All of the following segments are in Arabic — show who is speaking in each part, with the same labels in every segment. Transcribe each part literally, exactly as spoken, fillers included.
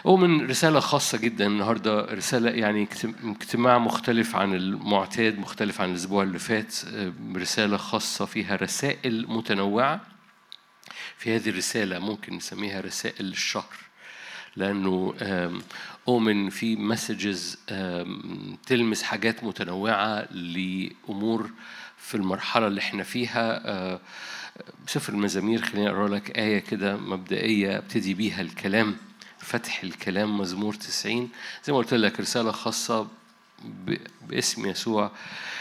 Speaker 1: ومن رسالة خاصة جدا النهاردة، رسالة يعني اجتماع مختلف عن المعتاد، مختلف عن الأسبوع اللي فات. رسالة خاصة فيها رسائل متنوعة. في هذه الرسالة ممكن نسميها رسائل الشهر، لأنه أؤمن في مسجز تلمس حاجات متنوعة لأمور في المرحلة اللي احنا فيها. سفر المزامير، خليني أقرأ لك آية كده مبدئية ابتدي بيها الكلام، فتح الكلام. مزمور تسعين، زي ما قلت لك رسالة خاصة باسم يسوع،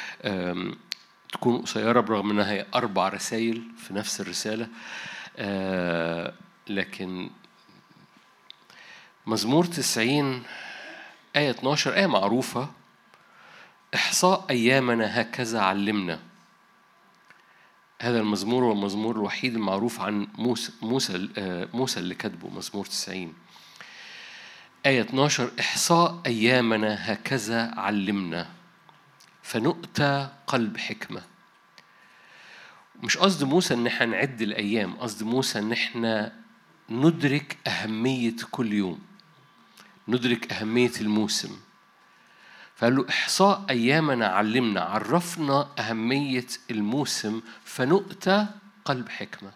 Speaker 1: تكون قصيرة برغم أنها هي أربع رسائل في نفس الرسالة. لكن مزمور تسعين آية اتناشر آية معروفة: إحصاء أيامنا هكذا علمنا. هذا المزمور هو المزمور الوحيد المعروف عن موسى موسى موسى اللي كتبه، مزمور تسعين آية اتناشر: إحصاء أيامنا هكذا علمنا فنؤتى قلب حكمة. مش قصد موسى إن احنا نعد الأيام، قصد موسى إن احنا ندرك أهمية كل يوم، ندرك أهمية الموسم. فقال له إحصاء أيامنا علمنا، عرفنا أهمية الموسم فنؤتى قلب حكمة.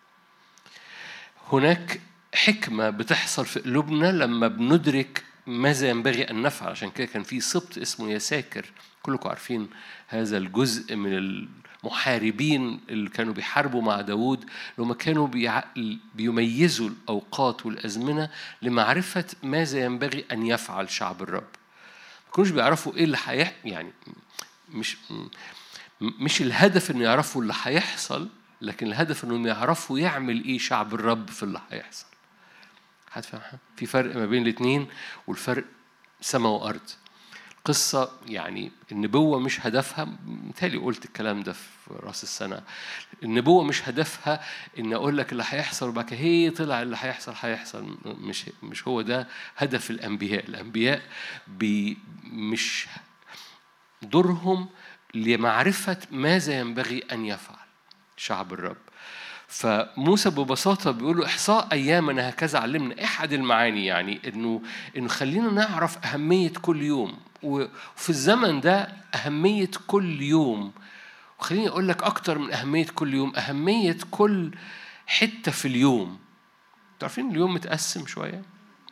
Speaker 1: هناك حكمة بتحصل في قلوبنا لما بندرك ماذا ينبغي أن نفعل. عشان كده كان في سبط اسمه يساكر، كلكم عارفين هذا الجزء من المحاربين اللي كانوا بيحاربوا مع داود، لما كانوا بيميزوا الأوقات والأزمنة لمعرفة ماذا ينبغي أن يفعل شعب الرب. ما كانوش بيعرفوا إيه اللي هيحصل، يعني مش مش الهدف إنه يعرفوا اللي هيحصل، لكن الهدف إنهم يعرفوا يعمل إيه شعب الرب في اللي هيحصل. هتفهم في فرق ما بين الاثنين، والفرق سماء وأرض. قصة يعني النبوة مش هدفها، متهيألي قلت الكلام ده في رأس السنة، النبوة مش هدفها إن أقول لك اللي هيحصل وبعد كده هي طلع اللي هيحصل هيحصل. مش مش هو ده هدف الأنبياء. الأنبياء بي مش دورهم لمعرفة ماذا ينبغي أن يفعل شعب الرب. فموسى ببساطة بيقولوا إحصاء أيامنا هكذا علمنا. أحد المعاني يعني إنه إنه خلينا نعرف أهمية كل يوم، وفي الزمن ده أهمية كل يوم. وخليني أقول لك أكتر من أهمية كل يوم، أهمية كل حتة في اليوم. تعرفين اليوم متقسم شوية،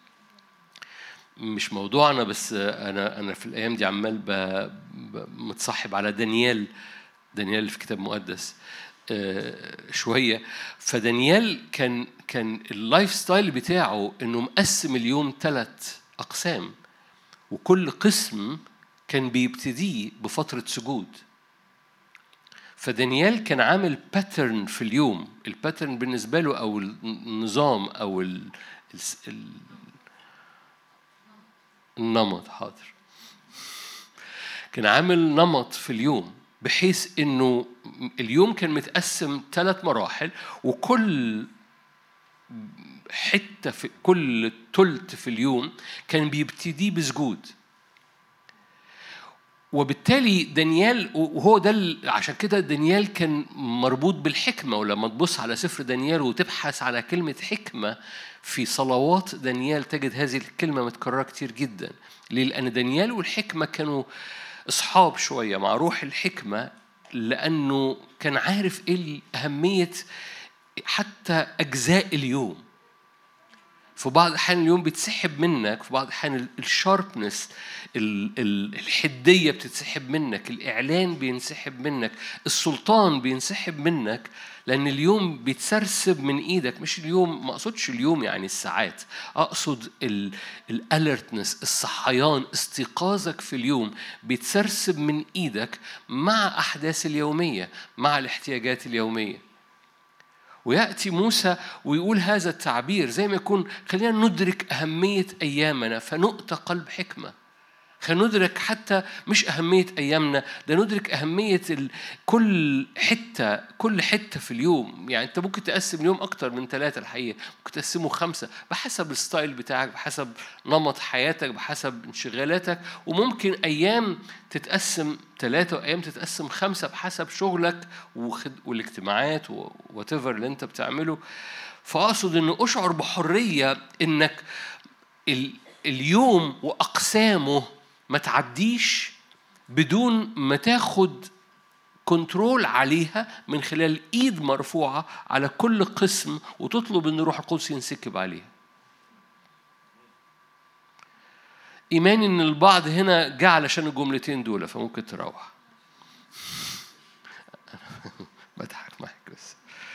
Speaker 1: مش موضوعنا، بس أنا أنا في الأيام دي عمال متصاحب على دانيال دانيال في كتاب مقدس شوية. فدانيال كان كان اللايف ستايل بتاعه إنه مقسم اليوم ثلاث أقسام، وكل قسم كان بيبتديه بفترة سجود. فدانيال كان عامل باترن في اليوم. الباترن بالنسبة له أو النظام أو ال ال النمط حاضر كان عامل نمط في اليوم، بحيث إنه اليوم كان متقسم ثلاث مراحل، وكل حتة في كل تلت في اليوم كان بيبتدي بسجود. وبالتالي دانيال، وهو ده عشان كده دانيال كان مربوط بالحكمة. ولما تبص على سفر دانيال وتبحث على كلمة حكمة في صلوات دانيال تجد هذه الكلمة متكررة كتير جدا. ليه؟ لأن دانيال والحكمة كانوا أصحاب شوية مع روح الحكمة، لأنه كان عارف إيه أهمية حتى أجزاء اليوم. في بعض الأحيان اليوم بتسحب منك، في بعض الأحيان الشاربنس الحدية بتتسحب منك، الإعلان بينسحب منك، السلطان بينسحب منك، لأن اليوم بيتسرسب من إيدك. مش اليوم، ما أقصدش اليوم يعني الساعات، أقصد الالرتنس، الصحيان، استيقاظك في اليوم بيتسرسب من إيدك مع أحداث اليومية، مع الاحتياجات اليومية. ويأتي موسى ويقول هذا التعبير زي ما يكون خلينا ندرك أهمية أيامنا فنؤتى قلب حكمة. خلينا ندرك حتى مش أهمية أيامنا، ده ندرك أهمية كل حتة كل حتة في اليوم. يعني أنت ممكن تقسم اليوم أكتر من ثلاثة، الحقيقة ممكن تقسمه خمسة بحسب الستايل بتاعك، بحسب نمط حياتك، بحسب انشغالاتك. وممكن أيام تتقسم ثلاثة وأيام تتقسم خمسة بحسب شغلك والاجتماعات وwhatever اللي أنت بتعمله. فأقصد إنه أشعر بحرية إنك اليوم وأقسامه ما تعديش بدون ما تاخد كنترول عليها من خلال إيد مرفوعة على كل قسم وتطلب أن روح القدس ينسكب عليها. إيماني أن البعض هنا جاء علشان الجملتين دول، فممكن تروح. بضحك معك بس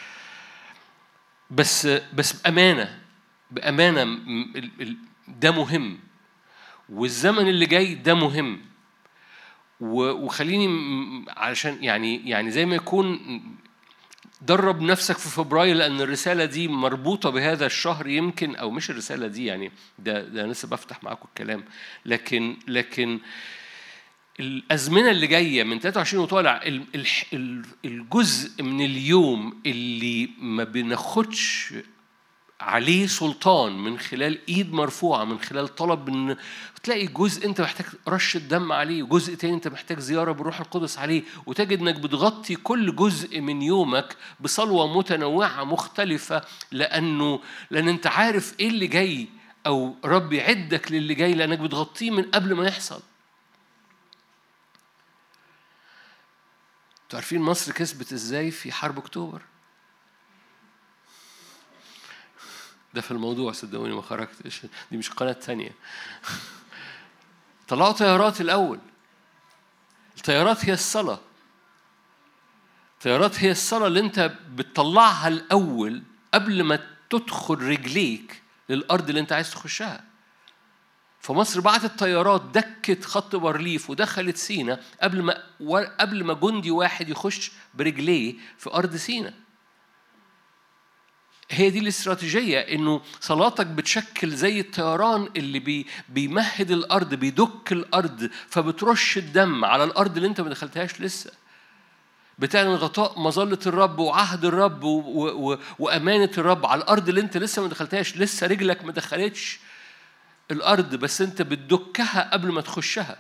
Speaker 1: بس بس بأمانة بأمانة ده مهم، والزمن اللي جاي ده مهم. وخليني علشان يعني يعني زي ما يكون درب نفسك في فبراير، لأن الرسالة دي مربوطة بهذا الشهر يمكن، أو مش الرسالة دي يعني ده ده أنا لسه بفتح معاكم الكلام، لكن لكن الأزمنة اللي جاية من ثلاثة وعشرين وطالع الجزء من اليوم اللي ما بناخدش عليه سلطان من خلال ايد مرفوعه، من خلال طلب، ان تلاقي جزء انت محتاج رشه دم عليه، وجزء تاني انت محتاج زياره بالروح القدس عليه، وتجد انك بتغطي كل جزء من يومك بصلوه متنوعه مختلفه، لانه لان انت عارف ايه اللي جاي، او رب يعدك للي جاي لانك بتغطيه من قبل ما يحصل. تعرفين مصر كسبت ازاي في حرب اكتوبر؟ ده في الموضوع، صدقوني ما خرجتش، دي مش قناة تانية. طلعوا طيارات الأول. الطيارات هي الصلاة. الطيارات هي الصلاة اللي أنت بتطلعها الأول قبل ما تدخل رجليك للأرض اللي أنت عايز تخشها. فمصر بعتت طيارات دكت خط بارليف ودخلت سينا قبل ما قبل ما جندي واحد يخش برجليه في أرض سينا. هي دي الاستراتيجية، إنه صلاتك بتشكل زي الطيران اللي بي بيمهد الأرض، بيدك الأرض، فبترش الدم على الأرض اللي أنت ما دخلتهاش لسه. بتعلن غطاء مظلة الرب وعهد الرب و و وأمانة الرب على الأرض اللي أنت لسه ما دخلتهاش، لسه رجلك ما دخلتش الأرض، بس أنت بتدكها قبل ما تخشها.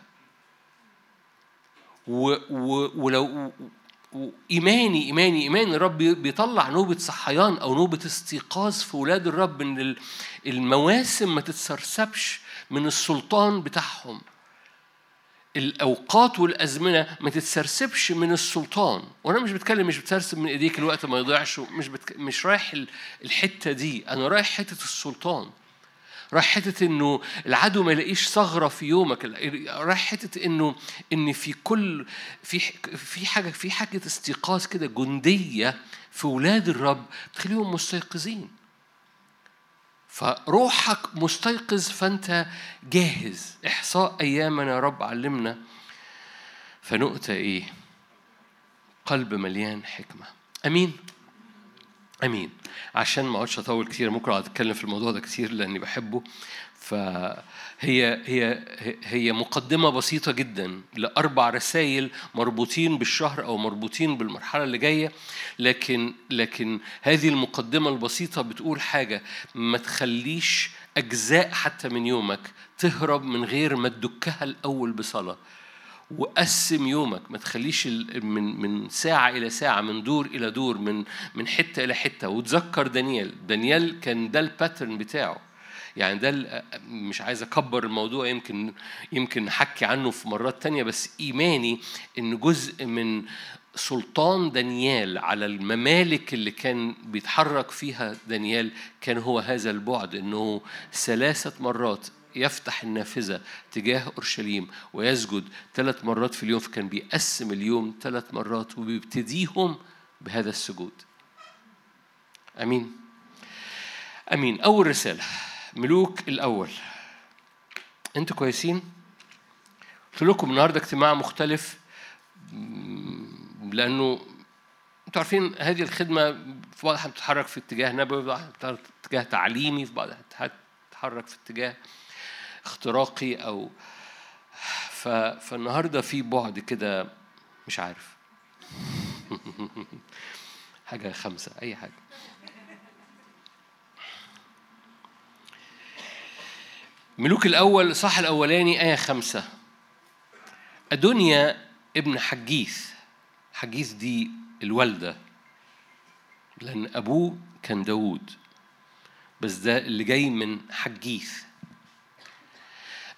Speaker 1: و و ولو إيماني إيماني إيماني الرب بيطلع نوبة صحيان أو نوبة استيقاظ في ولاد الرب، إن المواسم ما تتسرسبش من السلطان بتاعهم، الأوقات والأزمنة ما تتسرسبش من السلطان. وأنا مش بتكلم مش بتسرسب من إيديك الوقت ما يضيعش، مش بتك... مش رايح الحتة دي، أنا رايح حتة السلطان، رايح حتة إنه العدو ما يلاقيش ثغرة في يومك، رايح حتة إنه إن في كل في في حاجة في حاجة استيقاظ كده جندية في ولاد الرب تخليهم مستيقظين. فروحك مستيقظ فأنت جاهز. إحصاء أيامنا يا رب علمنا فنؤتى إيه؟ قلب مليان حكمة. أمين أمين. عشان ما أقعدش أطول كتير، ممكن أقعد أتكلم في الموضوع ده كتير لأني بحبه. فهي هي هي مقدمة بسيطة جدا لأربع رسائل مربوطين بالشهر أو مربوطين بالمرحلة اللي جاية، لكن لكن هذه المقدمة البسيطة بتقول حاجة: ما تخليش أجزاء حتى من يومك تهرب من غير ما تدكها الأول بصلاة. وقسم يومك، ما تخليش من من ساعة إلى ساعة، من دور إلى دور، من من حتة إلى حتة. وتذكر دانيال، دانيال كان ده الباترن بتاعه. يعني ده مش عايز أكبر الموضوع، يمكن يمكن نحكي عنه في مرات تانية، بس إيماني إن جزء من سلطان دانيال على الممالك اللي كان بيتحرك فيها دانيال كان هو هذا البعد، إنه ثلاثة مرات يفتح النافذة تجاه أورشليم ويسجد ثلاث مرات في اليوم. فكان بيقسم اليوم ثلاث مرات وبيبتديهم بهذا السجود. أمين أمين. أول رسالة، ملوك الأول. أنتوا كويسين؟ قلت لكم النهاردة اجتماع مختلف، لأنه أنتوا عارفين هذه الخدمة في بعضها بتتحرك في اتجاه نبوي، في بعضها في اتجاه تعليمي، في بعضها بتتحرك في اتجاه اختراقي أو ف... فالنهاردة في بعد كده مش عارف حاجة خمسة أي حاجة. ملوك الأول صح الأولاني آية خمسة. أدونيا ابن حجيث، حجيث دي الوالدة لأن أبوه كان داود، بس ده اللي جاي من حجيث.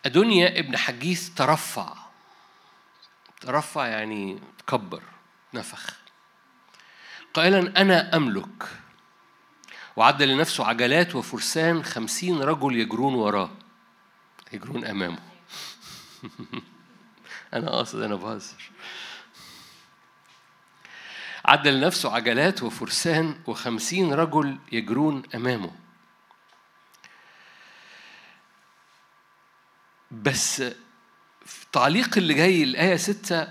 Speaker 1: أدونيا ابن حجيث ترفع. ترفع يعني تكبر، نفخ، قائلا أنا أملك، وعد لنفسه عجلات وفرسان خمسين رجل يجرون وراه، يجرون أمامه. أنا قاصد، أنا بهزر. عد لنفسه عجلات وفرسان وخمسين رجل يجرون أمامه. بس في التعليق اللي جاي الآية ستة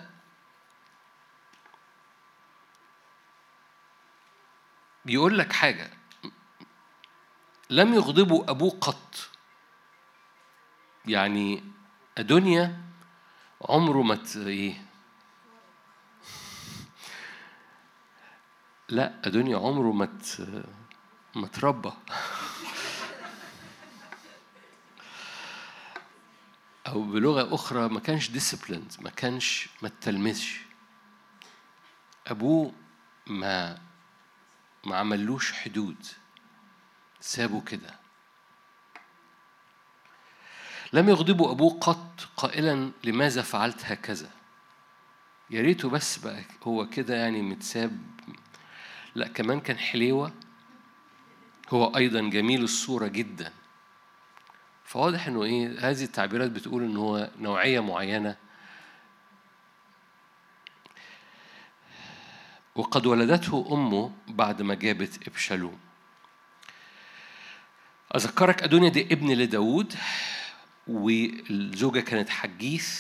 Speaker 1: بيقول لك حاجة: لم يغضبوا أبوه قط. يعني أدونيا عمره ما ت... إيه؟ لا، أدونيا عمره ما ت... ما تربى أو بلغة أخرى ما كانش disciplined، ما كانش ما تلمسش. أبوه ما ما عملوش حدود، سابه كده. لم يغضبوا أبوه قط قائلا لماذا فعلت هكذا. يا ريته بس بقى هو كده يعني متساب، لا كمان كان حليوة، هو أيضا جميل الصورة جدا. فواضح إنه إيه، هذه التعبيرات بتقول إنه هو نوعية معينة. وقد ولدته أمه بعد ما جابت إبشالوم. أذكرك أدونيا دي ابن لداود، والزوجة كانت حجيث،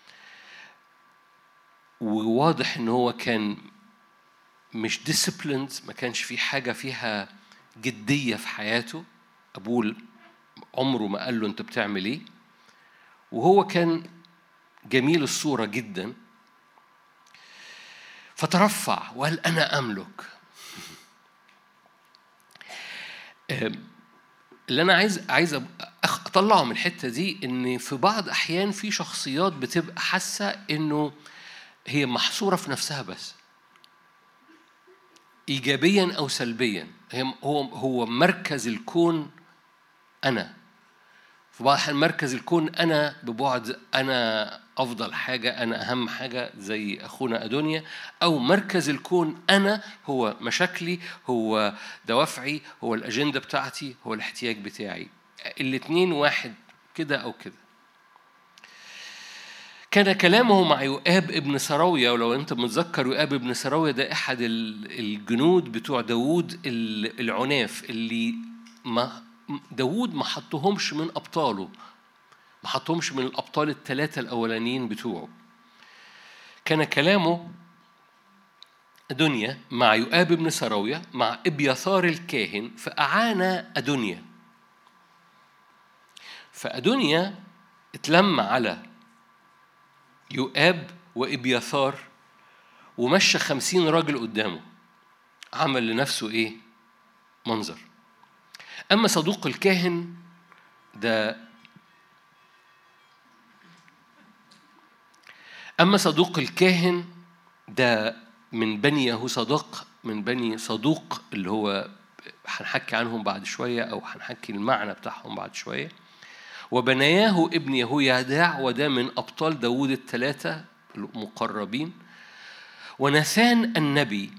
Speaker 1: وواضح إن هو كان مش disciplined، ما كانش في حاجة فيها جدية في حياته. أبوه عمره ما قال له أنت بتعمل إيه، وهو كان جميل الصورة جدا. فترفع وقال أنا أملك. اللي أنا عايز عايز أطلعه من الحتة دي إن في بعض أحيان في شخصيات بتبقى حاسة إنه هي محصورة في نفسها بس، إيجابيا أو سلبيا. هي هو هو مركز الكون أنا. في بعض الأحيان مركز الكون أنا ببعد، أنا أفضل حاجة، أنا أهم حاجة زي أخونا أدونيا. أو مركز الكون أنا هو مشاكلي، هو دوافعي، هو الأجندة بتاعتي، هو الاحتياج بتاعي. الاتنين واحد كده أو كده. كان كلامه مع يؤاب ابن سراوية، ولو أنت متذكر يؤاب ابن سراوية ده أحد الجنود بتوع داود العناف اللي ما داود ما حطهمش من أبطاله، ما حطهمش من الأبطال الثلاثة الأولانيين بتوعه. كان كلامه أدونيا مع يؤاب ابن سراوية مع إبياثار الكاهن فأعان أدونيا. فأدونيا اتلم على يؤاب وإبياثار ومشى خمسين راجل قدامه، عمل لنفسه إيه؟ منظر. أما صدوق الكاهن ده أما صدوق الكاهن ده من بني يهوصداق، من بني صدوق اللي هو هنحكي عنهم بعد شوية، أو هنحكي المعنى بتاعهم بعد شوية. وبنياه ابن يهويداع، وده من أبطال داود الثلاثة المقربين. وناثان النبي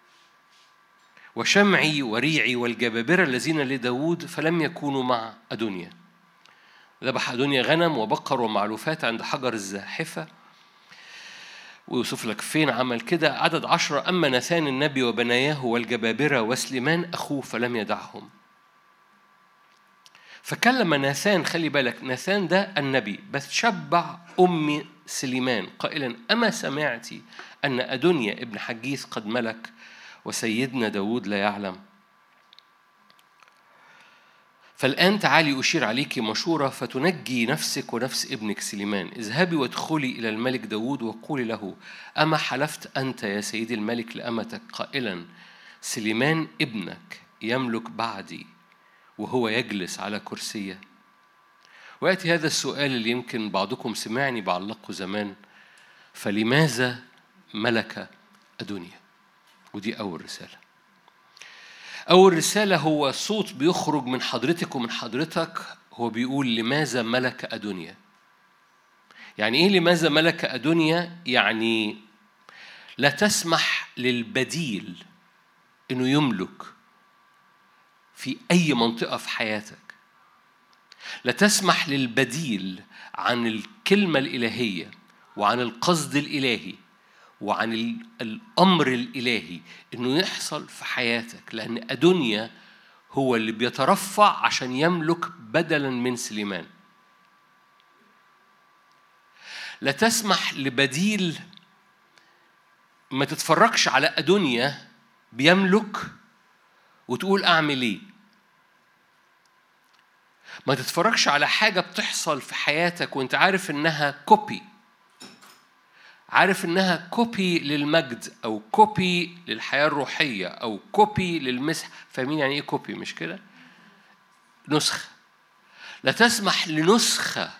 Speaker 1: وشمعي وريعي والجبابرة الذين لداود فلم يكونوا مع أدونيا. ذبح أدونيا غنم وبقر ومعلوفات عند حجر الزاحفة. ويوصف لك فين عمل كده. عدد عشرة: أما ناثان النبي وبناياه والجبابرة وسليمان أخوه فلم يدعهم. فكلم ناثان، خلي بالك ناثان ده النبي، بس شبع أم سليمان قائلا: أما سمعتي أن أدونيا ابن حجيث قد ملك وسيدنا داود لا يعلم؟ فالآن تعالي أشير عليك مشورة فتنجي نفسك ونفس ابنك سليمان. اذهبي وادخلي إلى الملك داود وقولي له: أما حلفت أنت يا سيدي الملك لأمتك قائلا سليمان ابنك يملك بعدي وهو يجلس على كرسيه؟ ويأتي هذا السؤال اللي يمكن بعضكم سمعني بعلقه زمان: فلماذا ملك أدونيا؟ ودي أول رسالة. أول رسالة هو صوت بيخرج من حضرتك ومن حضرتك، هو بيقول لماذا ملك أدونيا؟ يعني إيه لماذا ملك أدونيا؟ يعني لا تسمح للبديل إنه يملك في أي منطقة في حياتك. لا تسمح للبديل عن الكلمة الإلهية وعن القصد الإلهي وعن الأمر الإلهي إنه يحصل في حياتك، لأن أدونيا هو اللي بيترفع عشان يملك بدلاً من سليمان. لا تسمح لبديل، ما تتفرجش على أدونيا بيملك وتقول أعمل إيه. ما تتفرجش على حاجة بتحصل في حياتك وانت عارف إنها كوبي، عارف إنها كوبي للمجد أو كوبي للحياة الروحية أو كوبي للمسح. فاهمين يعني إيه كوبي؟ مش كده؟ نسخة. لا تسمح لنسخة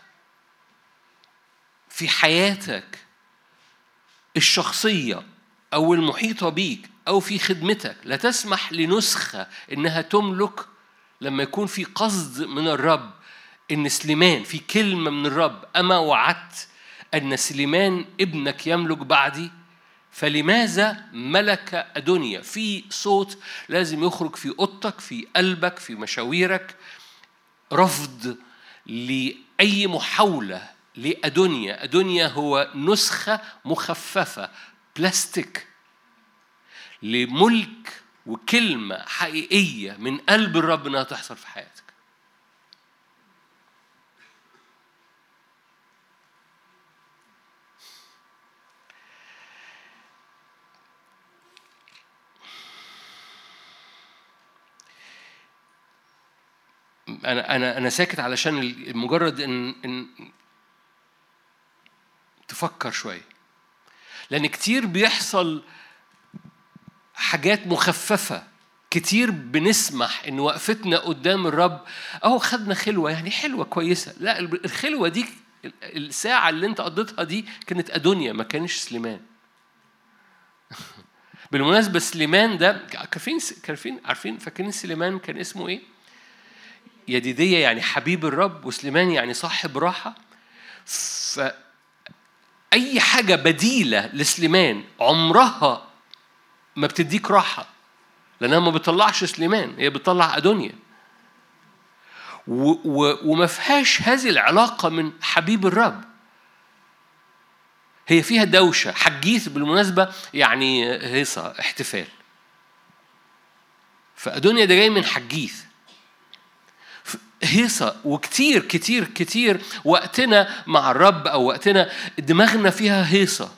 Speaker 1: في حياتك الشخصية أو المحيطة بيك أو في خدمتك، لا تسمح لنسخة إنها تملك لما يكون في قصد من الرب. إن سليمان في كلمة من الرب، أما وعدت أن سليمان ابنك يملك بعدي، فلماذا ملك أدونيا؟ في صوت لازم يخرج في أوضتك، في قلبك، في مشاويرك، رفض لأي محاولة لأدونيا. أدونيا هو نسخة مخففة بلاستيك لملك وكلمة حقيقية من قلب الرب أنها تحصل في حياتك. أنا أنا أنا ساكت علشان مجرد إن إن تفكر شوية، لأن كتير بيحصل حاجات مخففة. كتير بنسمح إن وقفتنا قدام الرب أهو خدنا خلوة، يعني حلوة كويسة. لا، الخلوة دي الساعة اللي أنت قضيتها دي كانت أدونيا، ما كانش سليمان. بالمناسبة سليمان ده عارفين عارفين عارفين فاكرين سليمان كان اسمه إيه؟ يديدية يعني حبيب الرب، وسليمان يعني صاحب راحة. فأي حاجة بديلة لسليمان عمرها ما بتديك راحة، لأنها ما بتطلعش سليمان، هي بتطلع أدونيا. و و وما فيهاش هذه العلاقة من حبيب الرب، هي فيها دوشة. حجيث بالمناسبة يعني هيصة، احتفال. فأدونيا ده جاي من حجيث، هيصة. وكتير كتير كتير وقتنا مع الرب أو وقتنا دماغنا فيها هيصة،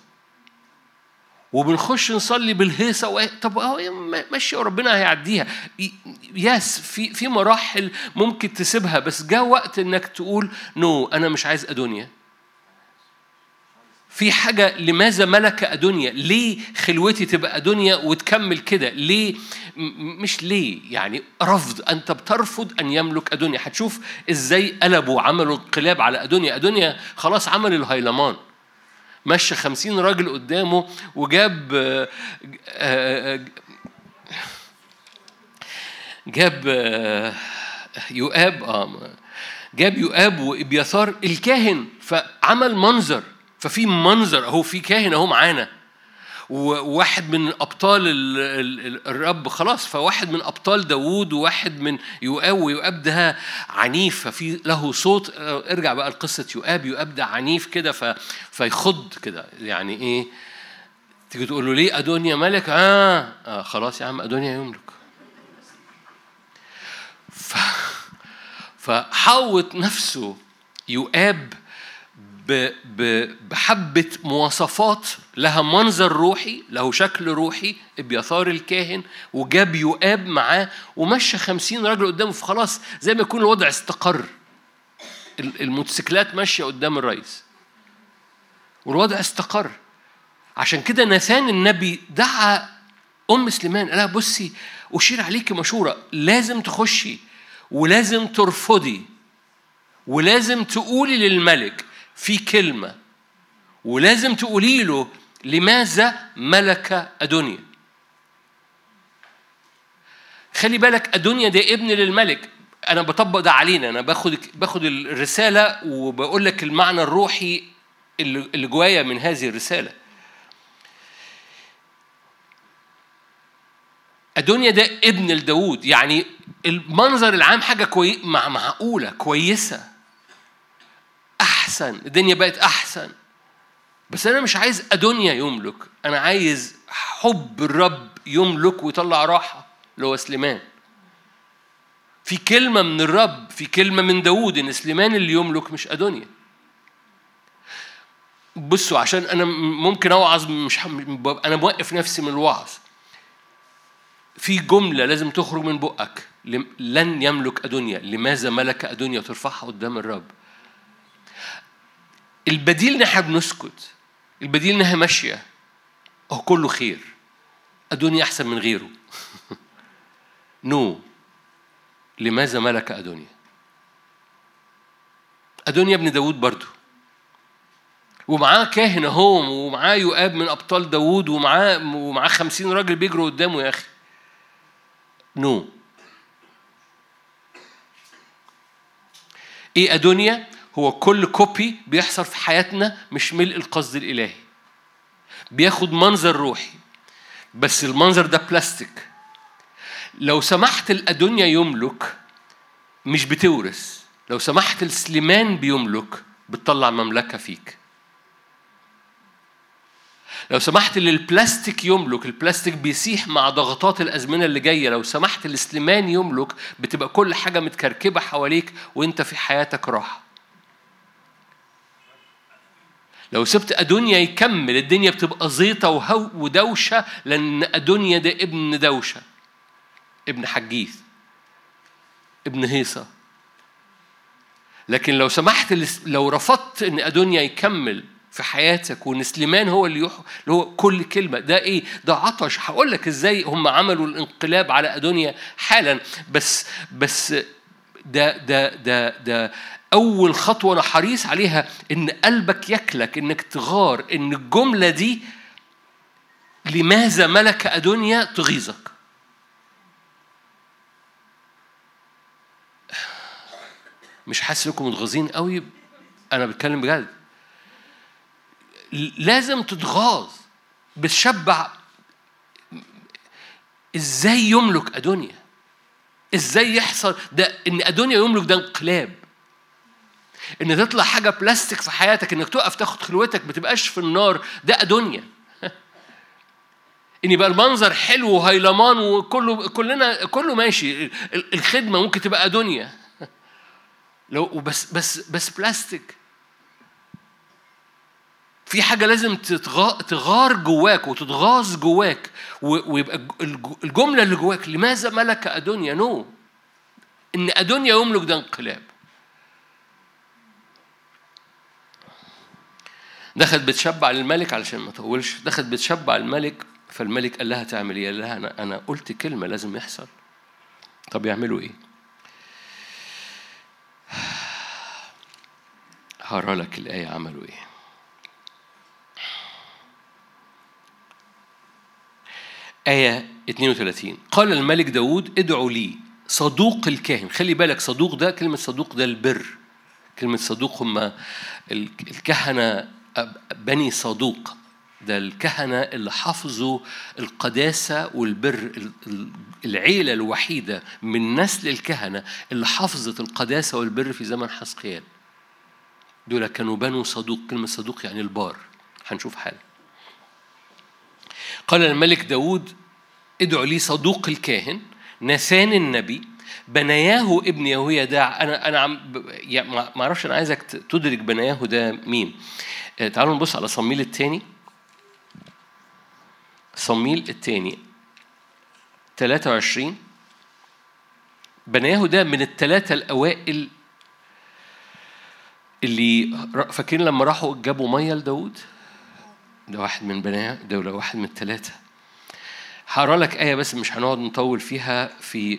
Speaker 1: وبنخش نصلي بالهيصة و... طب ماشي وربنا هيعديها. ياس في في مراحل ممكن تسيبها، بس جاء وقت انك تقول نو انا مش عايز أدونيا. في حاجة لماذا ملك أدونيا؟ ليه خلوتي تبقى أدونيا وتكمل كده؟ ليه؟ مش ليه يعني رفض. أنت بترفض أن يملك أدونيا. هتشوف إزاي قلبوا عملوا انقلاب على أدونيا. أدونيا خلاص عمل الهيلمان، مشى خمسين راجل قدامه وجاب جاب يؤاب آه جاب يؤاب وإبياثار الكاهن، فعمل منظر. ففي منظر أهو، في كاهن أهو معانا، وواحد من أبطال الرب خلاص. فواحد من أبطال داوود وواحد من يؤاب، ويؤاب ده عنيف ففي له صوت. ارجع بقى لقصة يؤاب. يؤاب ده عنيف كده فيخض كده. يعني إيه؟ تيجي تقول له ليه أدونيا ملك؟ آه, آه خلاص يا عم أدونيا يملك. ف... فحوط نفسه يؤاب بحبة مواصفات لها منظر روحي، له شكل روحي، إبياثار الكاهن، وجاب يؤاب معاه ومشى خمسين راجل قدامه. فخلاص زي ما يكون الوضع استقر، الموتوسيكلات ماشية قدام الرئيس والوضع استقر. عشان كده ناثان النبي دعا أم سليمان، قال لها بصي أشير عليكي مشورة، لازم تخشي ولازم ترفضي ولازم تقولي للملك في كلمة، ولازم تقولي له لماذا ملك أدونيا. خلي بالك أدونيا ده ابن للملك. أنا بطبق ده علينا، أنا باخد باخد الرسالة وبقول لك المعنى الروحي اللي جوايا من هذه الرسالة. أدونيا ده ابن لداود، يعني المنظر العام حاجة كوي... مع معقولة كويسة، أحسن، الدنيا بقت أحسن. بس أنا مش عايز أدونيا يملك، أنا عايز حب الرب يملك ويطلع راحة اللي هو سليمان. في كلمة من الرب، في كلمة من داود إن سليمان اللي يملك مش أدونيا. بصوا، عشان أنا ممكن أوعظ، مش أنا موقف نفسي من الوعظ. في جملة لازم تخرج من بقك، لن يملك أدونيا. لماذا ملك أدونيا؟ ترفعها قدام الرب. البديل نحن بنسكت، البديل نحن ماشية، هو كله خير. أدونيا أحسن من غيره. نو no. لماذا ملك أدونيا؟ أدونيا ابن داود برضو، ومعاه كاهن هوم، ومعاه يؤاب من أبطال داود، ومعاه ومعاه خمسين راجل بيجروا قدامه. يا أخي نو no. إيه أدونيا؟ هو كل كوبي بيحصل في حياتنا مش ملء القصد الإلهي، بياخد منظر روحي، بس المنظر ده بلاستيك. لو سمحت الأدونيا يملك مش بتورث، لو سمحت السليمان بيملك بتطلع مملكة فيك. لو سمحت للبلاستيك يملك، البلاستيك بيسيح مع ضغطات الأزمنة اللي جاية. لو سمحت للسليمان يملك بتبقى كل حاجة متكركبة حواليك وانت في حياتك راحة. لو سبت أدونيا يكمل الدنيا بتبقى زيطة وهو ودوشة، لأن أدونيا ده ابن دوشة، ابن حجيث، ابن هيصة. لكن لو سمحت، لو رفضت ان أدونيا يكمل في حياتك وان سليمان هو اللي يح... اللي هو كل كلمة، ده ايه؟ ده عطش. هقول لك ازاي هم عملوا الانقلاب على أدونيا حالا، بس بس ده ده ده ده أول خطوة أنا حريص عليها، إن قلبك يكلك، إنك تغار، إن الجملة دي لماذا ملك أدونيا تغيظك. مش حاسس لكم متغاظين قوي؟ أنا بتكلم بجد. لازم تتغاظ، بتشبع. إزاي يملك أدونيا؟ إزاي يحصل ده؟ إن أدونيا يملك ده انقلاب، إن تطلع حاجة بلاستيك في حياتك، إنك تقف تاخد خلوتك ما تبقاش في النار، ده أدونيا. إن يبقى المنظر حلو وهيلمان وكله كلنا كله ماشي، الخدمة ممكن تبقى أدونيا لو بس بس بس بلاستيك. في حاجة لازم تغار جواك وتتغاظ جواك، ويبقى الجملة اللي جواك لماذا ملك أدونيا؟ نو no. إن أدونيا يملك ده انقلاب. دخلت بتشبع الملك، علشان ما طولش، دخلت بتشبع الملك، فالملك قال لها تعمل ايه؟ قال لها انا انا قلت كلمه لازم يحصل. طب يعملوا ايه؟ هقرا لك الايه عملوا ايه. آية اثنين وثلاثين. قال الملك داود ادعوا لي صدوق الكاهن. خلي بالك، صدوق ده، كلمة صدوق ده البر. كلمة صدوق هم الكهنة بني صدوق، ده الكهنة اللي حافظوا القداسة والبر. العيلة الوحيدة من نسل الكهنة اللي حافظت القداسة والبر في زمن حزقيال، دول كانوا بنو صدوق. كلمة صدوق يعني البار، هنشوف حالا. قال الملك داود ادعوا لي صدوق الكاهن ناثان النبي بنياه ابن يهويداع. انا انا ما اعرفش، انا عايزك تدرك بنياه ده مين. تعالوا نبص على صمويل الثاني، صمويل الثاني ثلاثة وعشرين. بنياه ده من الثلاثة الأوائل اللي فاكرين لما راحوا جابوا مية لداود، ده واحد من بنياه، ده واحد من الثلاثة. هقرا لك آية بس مش هنقعد نطول فيها، في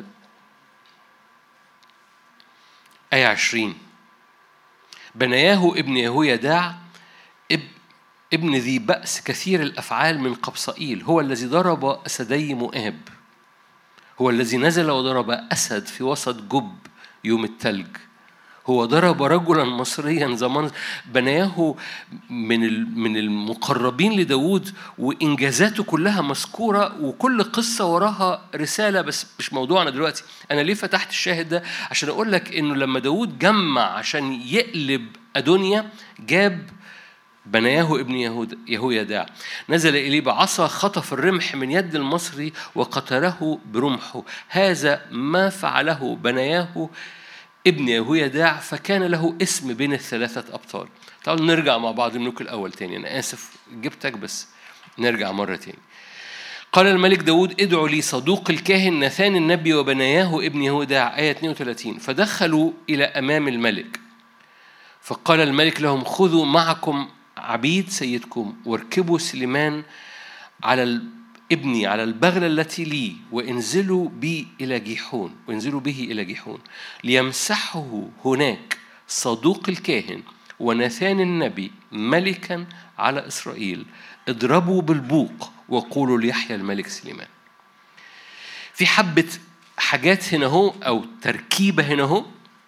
Speaker 1: آية عشرين. بنياه ابن يهويداع ابن ذي بأس كثير الأفعال من قبصائيل، هو الذي ضرب أسدي مؤاب، هو الذي نزل وضرب أسد في وسط جب يوم التلج، هو ضرب رجلا مصريا زمان بناه من من المقربين لداود، وإنجازاته كلها مذكورة وكل قصة وراها رسالة، بس مش موضوعنا دلوقتي. أنا ليه فتحت الشاهد ده؟ عشان أقول لك إنه لما داود جمع عشان يقلب أدونيا، جاب بنياه ابن يهود يهويداع، نزل إليه بعصا، خطف الرمح من يد المصري وقتله برمحه. هذا ما فعله بنياه ابن يهويداع، فكان له اسم بين الثلاثة أبطال. تعالوا نرجع مع بعض الملوك الأول تاني. أنا آسف جبتك، بس نرجع مرة تاني. قال الملك داود: ادعوا لي صدوق الكاهن ناثان النبي وبنياه ابن يهويداع. آية اثنين وثلاثين. فدخلوا إلى أمام الملك، فقال الملك لهم: خذوا معكم عبيد سيدكم واركبوا سليمان على ابني على البغلة التي لي، وانزلوا بي إلى جيحون وانزلوا به إلى جيحون ليمسحه هناك صدوق الكاهن وناثان النبي ملكا على إسرائيل. اضربوا بالبوق وقولوا ليحيى الملك سليمان. في حبة حاجات هنا هو، أو تركيبة هنا هو،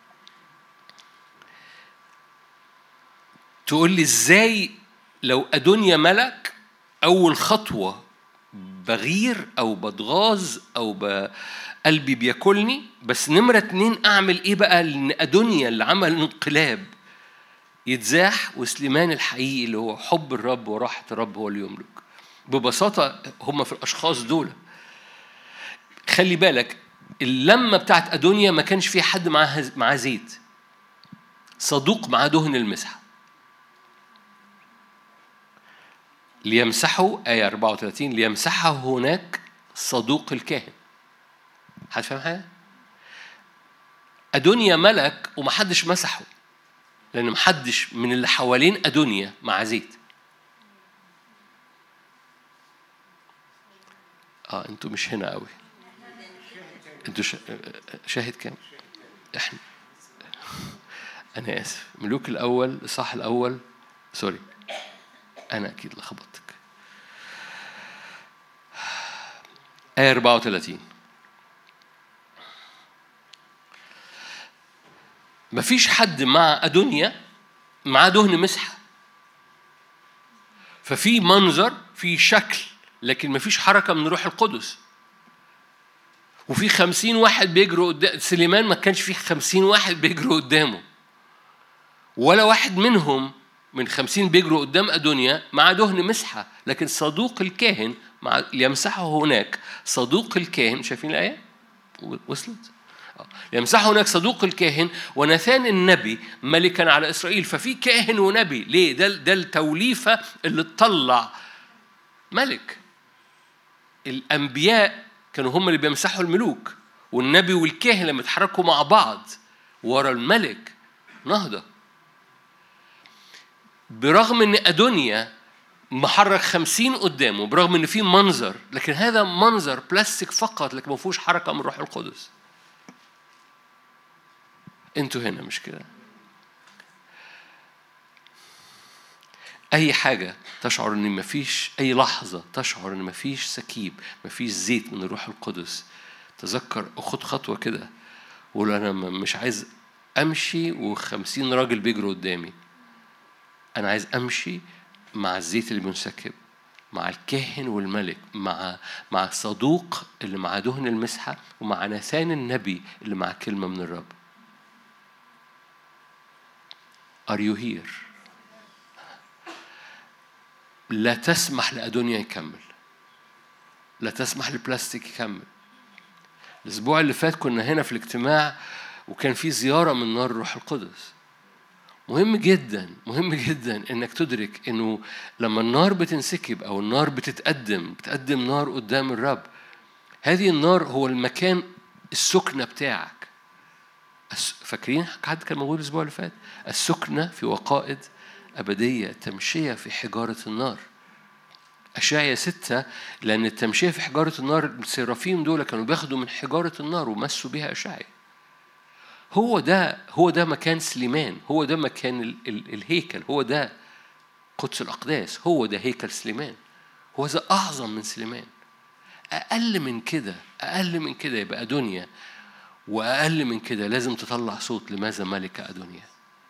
Speaker 1: تقول لي إزاي لو أدونيا ملك أول خطوة بغير أو بتغاظ أو قلبي بياكلني، بس نمرة اتنين أعمل إيه بقى؟ لأن أدونيا اللي عمل انقلاب يتزاح، وسليمان الحقيقي اللي هو حب الرب وراحة الرب هو اللي يملك. ببساطة هم في الأشخاص دول. خلي بالك اللمة بتاعت أدونيا ما كانش في حد معاه معاه زيت، صدوق معاه دهن المسحة. ليمسحه، آية أربعة وثلاثين، ليمسحه هناك صدوق الكاهن. هتفهم حاجة؟ أدونيا ملك ومحدش مسحه، لأن محدش من اللي حوالين أدونيا مع زيت. آه أنتوا مش هنا قوي. أنتوا شاهد كام؟ إحنا أنا آسف. ملوك الأول الصح الأول، سوري أنا أكيد لخبطتك. آية أربعة وثلاثين. مفيش حد مع أدونيا مع دهن مسحة، ففي منظر، في شكل، لكن مفيش حركة من روح القدس. وفي خمسين واحد بيجروا قدام سليمان، ما كانش فيه خمسين واحد بيجروا قدامه، ولا واحد منهم من خمسين بيجروا قدام أدونيا مع دهن مسحة. لكن صدوق الكاهن مع يمسحه هناك صدوق الكاهن. شايفين الآية؟ وصلت؟ يمسحه هناك صدوق الكاهن وناثان النبي ملكا على إسرائيل. ففي كاهن ونبي. ليه؟ ده ده التوليفة اللي تطلع ملك. الأنبياء كانوا هم اللي بيمسحوا الملوك، والنبي والكاهن لما يتحركوا مع بعض ورا الملك نهضة. برغم ان أدونيا محرك خمسين قدامه، برغم ان في منظر، لكن هذا منظر بلاستيك فقط، لكن ما فيهوش حركة من روح القدس. انتوا هنا مش كده؟ اي حاجة تشعر ان ما فيش، اي لحظة تشعر ان ما فيش سكيب، ما فيش زيت من الروح القدس، تذكر اخد خطوة كده وقول انا مش عايز امشي وخمسين راجل بيجروا قدامي. أنا عايز أمشي مع الزيت اللي بينسكب، مع الكاهن والملك، مع مع صدوق اللي مع دهن المسحة، ومع ناثان النبي اللي مع كلمة من الرب. Are you here؟ لا تسمح لأدونيا يكمل، لا تسمح للبلاستيك يكمل. الأسبوع اللي فات كنا هنا في الاجتماع وكان في زيارة من نار الروح القدس. مهم جدا مهم جدا انك تدرك انه لما النار بتنسكب او النار بتتقدم بتقدم نار قدام الرب، هذه النار هو المكان السكنة بتاعك. فاكرين حد كان موجود الاسبوع اللي فات؟ السكنة في وقائد أبدية، تمشية في حجارة النار. أشعياء ستة، لأن التمشية في حجارة النار السرافيم دول كانوا بياخدوا من حجارة النار ومسوا بها أشعياء. هو ده هو ده مكان سليمان، هو ده مكان ال ال الهيكل، هو ده قدس الأقداس، هو ده هيكل سليمان. هو ذا أعظم من سليمان. أقل من كده أقل من كده يبقى أدونيا وأقل من كده لازم تطلع صوت لماذا ملك أدونيا.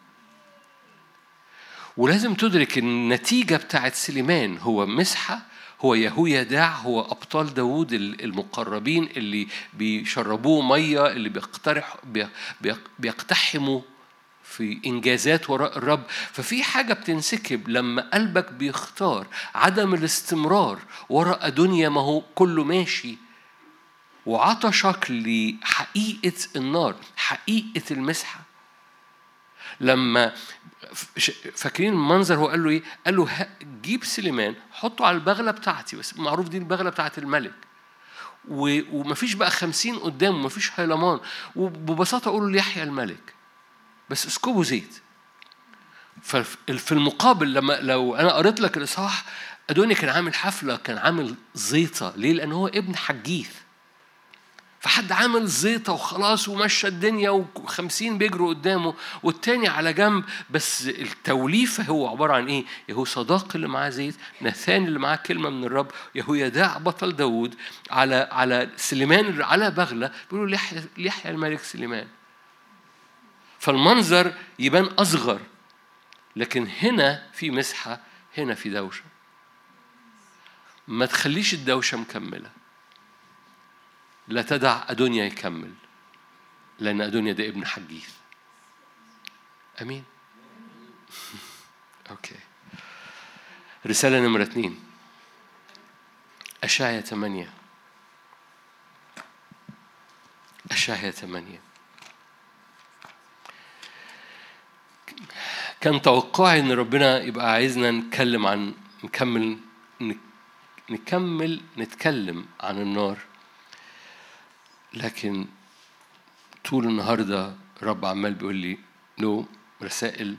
Speaker 1: ولازم تدرك النتيجة بتاعت سليمان هو مسحة، هو يهويداع، هو أبطال داود المقربين اللي بيشربوه مية، اللي بيقترح بيقتحموا في إنجازات وراء الرب. ففي حاجة بتنسكب لما قلبك بيختار عدم الاستمرار وراء دنيا ما هو كله ماشي، وعطشك لحقيقة النار، حقيقة المسحة. لما فاكرين المنظر هو قال له ايه؟ قال له جيب سليمان حطه على البغلة بتاعتي، بس معروف دي البغلة بتاعت الملك، ومفيش بقى خمسين قدامه، مفيش هيلمان، وببساطة قولوا ليحيى الملك بس اسكبوا زيت. ففي المقابل لما لو أنا قريت لك الإصحاح، أدوني كان عامل حفلة، كان عامل زيطة. ليه؟ لأنه هو ابن حجيث، فحد عامل زيطة وخلاص ومشى الدنيا وخمسين بيجروا قدامه والتاني على جنب. بس التوليفة هو عبارة عن إيه؟ يهو صداق اللي معاه زيت، ناثان اللي معاه كلمة من الرب، يهويداع بطل داود، على على سليمان على بغلة بيقولوا ليحيى ليحيى الملك سليمان. فالمنظر يبان أصغر، لكن هنا في مسحة، هنا في دوشة. ما تخليش الدوشة مكملة، لا تدع أدونيا يكمل، لأن أدونيا ده ابن حجيث. أمين. أوكي. رسالة نمرة اثنين، أشعيا ثمانية. أشعيا ثمانية. كان توقعي إن ربنا يبقى عايزنا نتكلم عن نكمل نكمل نتكلم عن النار، لكن طول النهاردة رب عمال بيقول لي له رسائل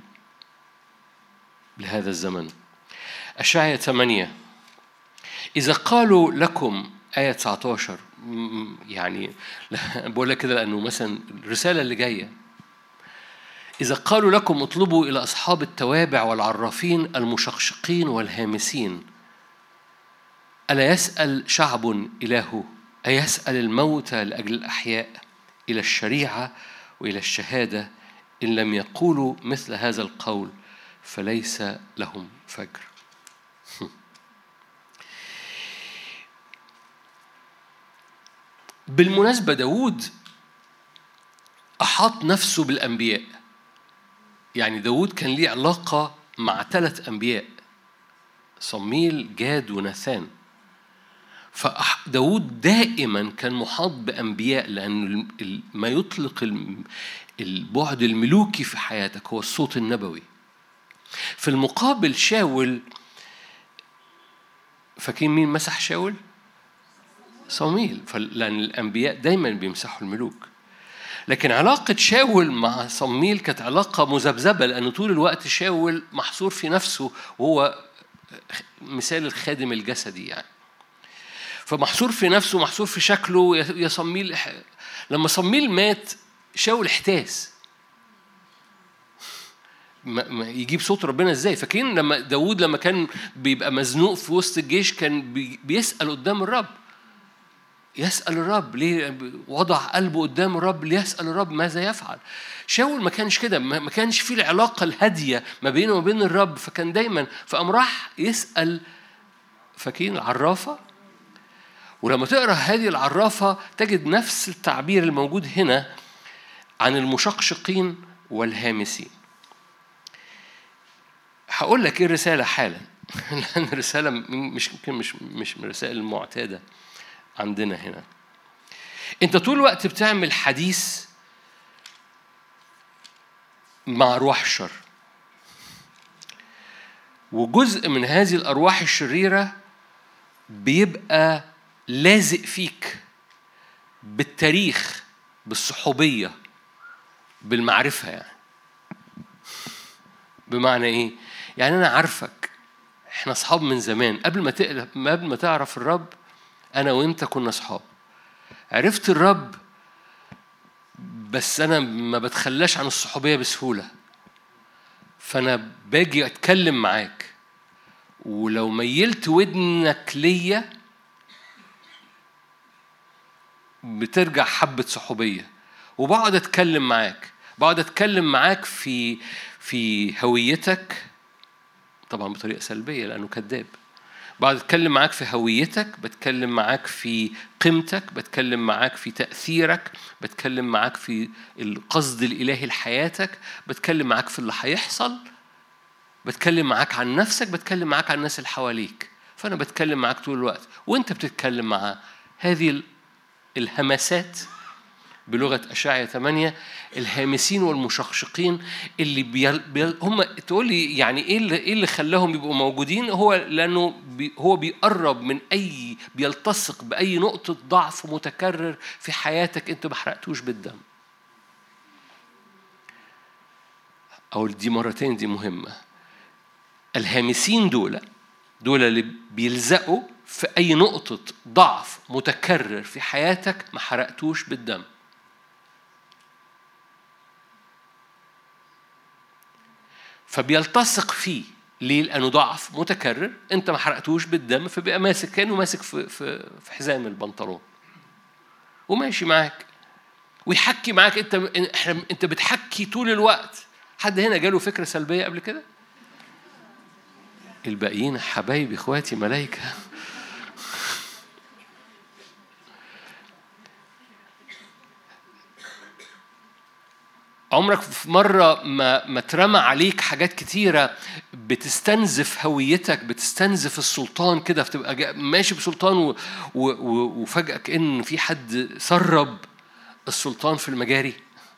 Speaker 1: لهذا الزمن. أشعيا ثمانية. إذا قالوا لكم، آية تسعة عشر، يعني بقول لك كده لأنه مثلا الرسالة اللي جاية، إذا قالوا لكم اطلبوا إلى أصحاب التوابع والعرافين المشقشقين والهامسين، ألا يسأل شعب إلهه؟ أيسأل الموتى لأجل الأحياء إلى الشريعة وإلى الشهادة؟ إن لم يقولوا مثل هذا القول فليس لهم فجر. بالمناسبة داود أحاط نفسه بالأنبياء، يعني داود كان ليه علاقة مع ثلاث أنبياء، صموئيل، جاد، وناثان. فداود دائما كان محاط بأنبياء، لأن ما يطلق البعد الملوكي في حياتك هو الصوت النبوي. في المقابل شاول، فاكرين مين مسح شاول؟ صموئيل، لأن الأنبياء دايما بيمسحوا الملوك. لكن علاقة شاول مع صموئيل كانت علاقة مذبذبة، لأنه طول الوقت شاول محصور في نفسه، وهو مثال الخادم الجسدي يعني. فمحصور في نفسه، محصور في شكله. يا صموئيل، لما صموئيل مات شاول احتاس يجيب صوت ربنا ازاي. فاكرين لما داود لما كان بيبقى مزنوق في وسط الجيش كان بيسأل قدام الرب، يسأل الرب ليه، وضع قلبه قدام الرب ليسأل الرب ماذا يفعل. شاول ما كانش كده، ما كانش فيه العلاقة الهادية ما بينه وبين الرب، فكان دايما فقام راح يسأل. فاكرين العرافة؟ ولما تقرأ هذه العرافة تجد نفس التعبير الموجود هنا عن المشقشقين والهامسين. هقول لك ايه الرسالة حالا، لأن الرسالة مش يمكن مش مش من الرسائل المعتادة عندنا هنا. أنت طول الوقت بتعمل حديث مع أرواح الشر، وجزء من هذه الأرواح الشريرة بيبقى لازق فيك بالتاريخ، بالصحوبية، بالمعرفة. يعني بمعنى إيه؟ يعني أنا عارفك، إحنا أصحاب من زمان، قبل ما تقلب قبل ما تعرف الرب أنا وإنت كنا أصحاب. عرفت الرب بس أنا ما بتخلاش عن الصحوبية بسهولة، فأنا باجي أتكلم معاك، ولو ميلت ودنك ليا بترجع حبة صحوبية، وبقعد اتكلم معاك، بقعد اتكلم معاك في في هويتك، طبعا بطريقه سلبيه لانه كذاب. بقعد اتكلم معاك في هويتك، بتكلم معاك في قيمتك، بتكلم معاك في تأثيرك، بتكلم معاك في القصد الإلهي لحياتك، بتكلم معاك في اللي هيحصل، بتكلم معاك عن نفسك، بتكلم معاك عن الناس اللي حواليك. فأنا بتكلم معاك طول الوقت وأنت بتتكلم مع هذه الهمسات بلغة أشعياء ثمانية، الهامسين والمشقشقين اللي بيل بيل هم. تقول لي يعني إيه اللي إيه اللي خلاهم يبقوا موجودين؟ هو لأنه بي هو بيقرب من أي، بيلتصق بأي نقطة ضعف متكرر في حياتك أنت ما حرقتوش بالدم. أو دي مرتين، دي مهمة. الهامسين دول دول اللي بيلزقوا في أي نقطة ضعف متكرر في حياتك ما حرقتوش بالدم. فبيلتصق فيه. ليه؟ لأنه ضعف متكرر، أنت ما حرقتوش بالدم، فبقى ماسك كأنه ماسك في في في حزام البنطلون وماشي معاك ويحكي معاك. أنت إحنا أنت بتحكي طول الوقت. حد هنا جاله فكرة سلبية قبل كده؟ الباقيين حبايبي إخواتي ملايكة. عمرك في مرة ما ما ترمى عليك حاجات كتيرة بتستنزف هويتك، بتستنزف السلطان كده، فتبقى ماشي بسلطان و... و... وفجأة كأن في حد سرب السلطان في المجاري؟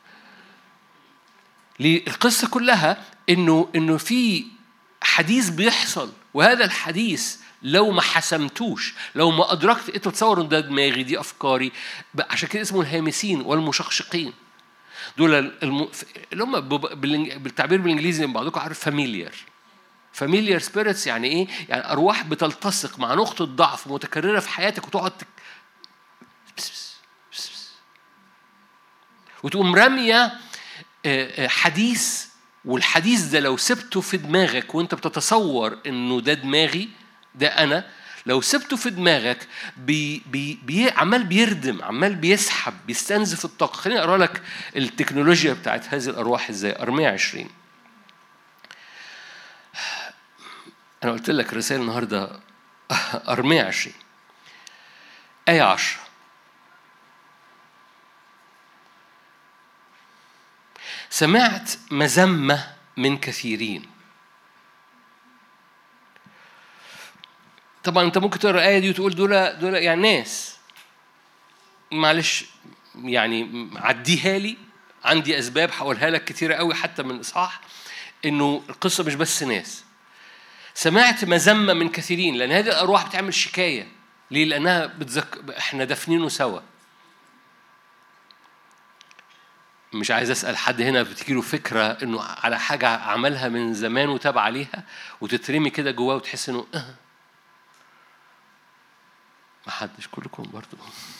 Speaker 1: ليه؟ القصة كلها إنه إنه في حديث بيحصل، وهذا الحديث لو ما حسمتوش، لو ما أدركت، أنت تصور إن ده دماغي، دي أفكاري، عشان كده اسمه الهامسين والمشقشقين. دول الم... اللي هم بالتعبير بالانجليزي بعضكم عارف فاميليار فاميليار سبيريتس. يعني ايه؟ يعني ارواح بتلتصق مع نقطه ضعف متكرره في حياتك وتقعد تك... وتقوم راميه حديث. والحديث ده لو سبته في دماغك وانت بتتصور انه ده دماغي، ده انا، لو سبته في دماغك بي بي بي عمال بيردم، عمال بيسحب، بيستنزف الطاقة. خليني أقرأ لك التكنولوجيا بتاعت هذه الأرواح إزاي. أرمية عشرين. أنا قلت لك رسالة النهاردة. أرمية عشرين آية عشرة. سمعت مذمة من كثيرين. طبعا انت ممكن تقرا الايه دي وتقول دول دول يعني ناس، معلش يعني عديها لي، عندي اسباب هقولها لك كتيره قوي حتى من الاصحاح انه القصه مش بس ناس. سمعت مذمه من كثيرين، لان هذه الارواح بتعمل شكايه. ليه؟ لانها بتذك... احنا دفنينه سوا. مش عايز اسال حد هنا بتجيله فكره انه على حاجه عملها من زمان وتاب عليها وتترمي كده جواه وتحس انه أه. ما حدش، كلكم برضو.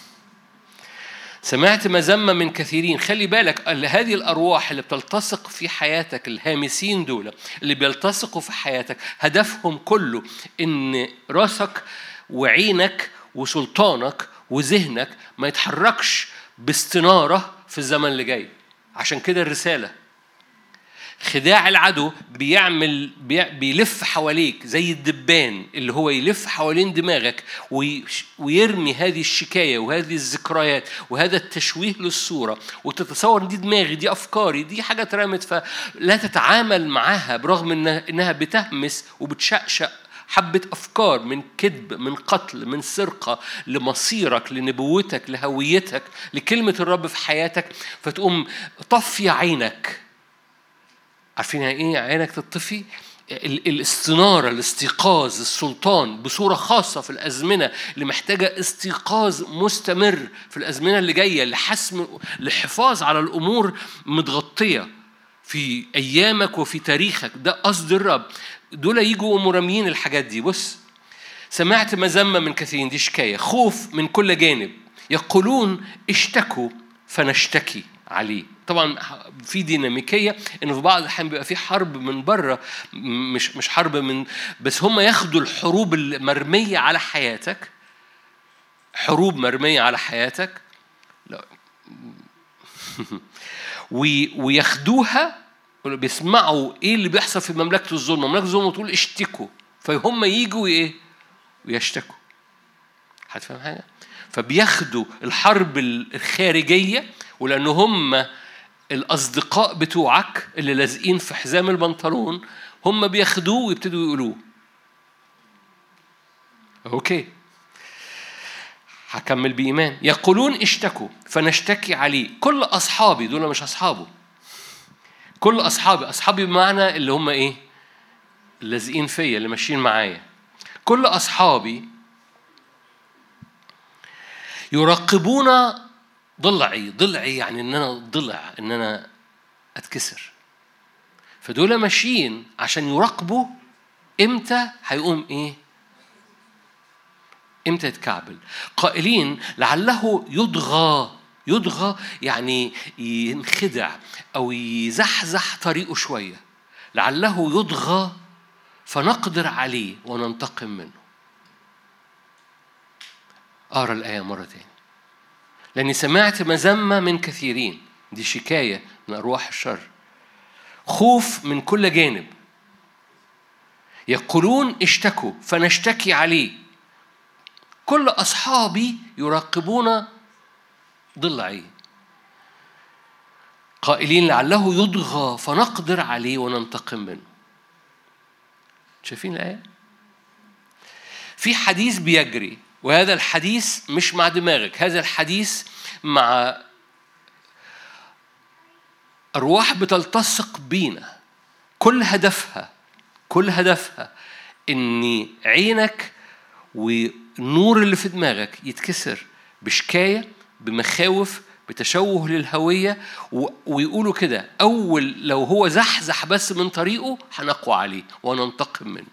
Speaker 1: سمعت مذمة من كثيرين. خلي بالك هذه الأرواح اللي بتلتصق في حياتك، الهامسين دول اللي بيلتصقوا في حياتك، هدفهم كله إن راسك وعينك وسلطانك وذهنك ما يتحركش باستنارة في الزمن اللي جاي. عشان كده الرسالة خداع العدو بيعمل بيلف حواليك زي الدبان اللي هو يلف حوالين دماغك ويرمي هذه الشكاية وهذه الذكريات وهذا التشويه للصورة، وتتصور دي دماغي، دي أفكاري، دي حاجة اترمت، فلا تتعامل معها برغم إنها بتهمس وبتشقشق حبة أفكار من كذب، من قتل، من سرقة لمصيرك، لنبوتك، لهويتك، لكلمة الرب في حياتك. فتقوم طفي عينك. عارفين ايه عينك تطفي؟ الاستنارة، الاستيقاظ، السلطان بصورة خاصة في الأزمنة اللي محتاجة استيقاظ مستمر في الأزمنة اللي جاية لحسم، للحفاظ على الأمور متغطية في أيامك وفي تاريخك. ده قصد الرب. دول يجوا مرميين الحاجات دي. بص، سمعت مذمة من كثيرين، دي شكاية، خوف من كل جانب، يقولون اشتكوا فنشتكي عليه. طبعا في ديناميكيه انه في بعض الاحيان بيبقى في حرب من بره، مش مش حرب من بس، هم ياخدوا الحروب المرميه على حياتك، حروب مرميه على حياتك. لا وياخدوها، بيسمعوا ايه اللي بيحصل في مملكه الظلم. مملكه الظلم تقول اشتكوا، فهم ييجوا ايه ويشتكوا. هتفهم حاجه؟ فبياخدوا الحرب الخارجيه، ولأن هم الأصدقاء بتوعك اللي لازقين في حزام البنطلون، هم بياخدوه ويبتدوا يقولوه. أوكي، هكمل بإيمان. يقولون اشتكوا فنشتكي عليه. كل أصحابي، دول مش أصحابه، كل أصحابي، أصحابي بمعنى اللي هم إيه؟ اللازقين فيا، اللي ماشيين معايا. كل أصحابي يراقبون ضلعي. ضلعي يعني إن أنا ضلع، إن أنا أتكسر. فدول ماشيين عشان يراقبوا إمتى هيقوم إيه؟ إمتى يتكعبل. قائلين لعله يضغى. يضغى يعني ينخدع أو يزحزح طريقه شوية. لعله يضغى فنقدر عليه وننتقم منه. أقرأ الآية مرة تاني. لأني سمعت مذمة من كثيرين، دي شكاية من أرواح الشر، خوف من كل جانب. يقولون اشتكوا فنشتكي عليه. كل أصحابي يراقبون ضلعي، قائلين لعله يضغى فنقدر عليه وننتقم منه. شايفين الآية؟ في حديث بيجري، وهذا الحديث مش مع دماغك، هذا الحديث مع أرواح بتلتصق بينا. كل هدفها كل هدفها إن عينك والنور اللي في دماغك يتكسر بشكاية، بمخاوف، بتشوه للهوية. ويقولوا كده، أول لو هو زحزح بس من طريقه هنقوى عليه وننتقم منه.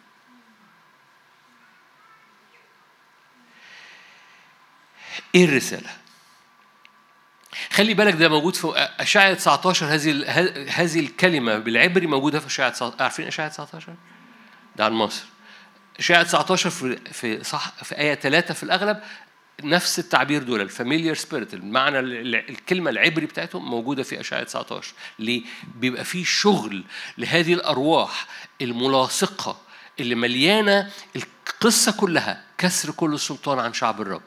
Speaker 1: إيه الرسالة؟ خلي بالك ده موجود في أشعياء تسعة عشر. هذه هذه الكلمة بالعبري موجودة في أشعياء تسعة عشر. عارفين أشعياء تسعة عشر؟ ده عن مصر. أشعياء تسعة عشر في في صح في آية ثلاثة في الأغلب نفس التعبير دول، الفاميليار سبيريت، المعنى الكلمة العبري بتاعتهم موجودة في أشعياء تسعة عشر. ليه؟ بيبقى فيه شغل لهذه الأرواح الملاصقة اللي مليانة القصة كلها كسر كل السلطان عن شعب الرب.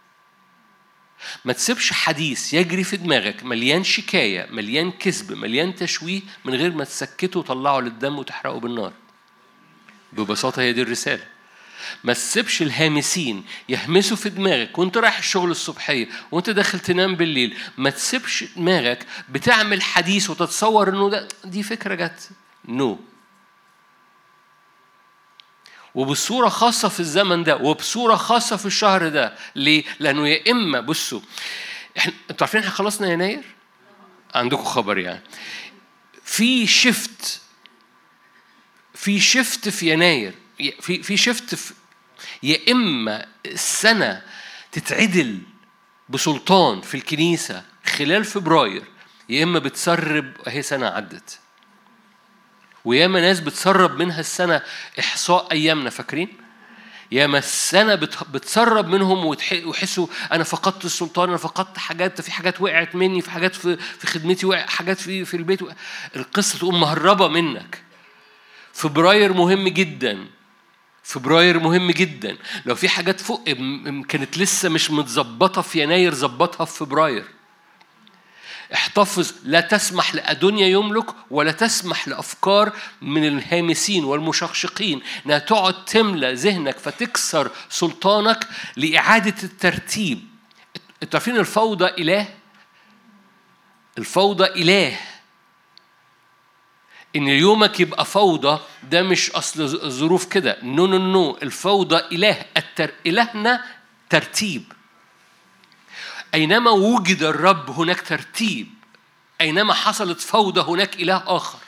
Speaker 1: ما تسيبش حديث يجري في دماغك مليان شكاية، مليان كذب، مليان تشويه، من غير ما تسكته وتطلعه للدم وتحرقه بالنار. ببساطة هي دي الرسالة. ما تسيبش الهامسين يهمسوا في دماغك وانت رايح الشغل الصبحية وانت داخل تنام بالليل. ما تسيبش دماغك بتعمل حديث وتتصور انه ده دي فكرة جت. نو no. وبصورة خاصة في الزمن ده، وبصورة خاصة في الشهر ده. ليه؟ لأنه يا إما بصوا، إحنا أنتوا عارفين إحنا خلصنا يناير؟ عندكم خبر يعني؟ في شفت في شفت في يناير، في في شفت في، يا إما السنة تتعدل بسلطان في الكنيسة خلال فبراير، يا إما بتسرب أهي سنة عدت. وياما ناس بتسرب منها السنة. إحصاء أيامنا فاكرين؟ ياما السنة بتسرب منهم ويحسوا أنا فقدت السلطان، أنا فقدت حاجات، في حاجات وقعت مني، في حاجات في في خدمتي وقع، حاجات في في البيت. القصة تقوم مهربة منك. فبراير مهم جدا. فبراير مهم جدا. لو في حاجات فوق كانت لسه مش متظبطة في يناير، ظبطها في فبراير. احتفظ، لا تسمح لأدونيا يملك، ولا تسمح لأفكار من الهامسين والمشقشقين أنها تقعد تملى ذهنك فتكسر سلطانك لإعادة الترتيب. انتوا عارفين الفوضى إله؟ الفوضى إله. إن يومك يبقى فوضى ده مش أصل الظروف كده. نو نو نو الفوضى إله. التر... إلهنا ترتيب. أينما وجد الرب هناك ترتيب. أينما حصلت فوضى هناك إله آخر.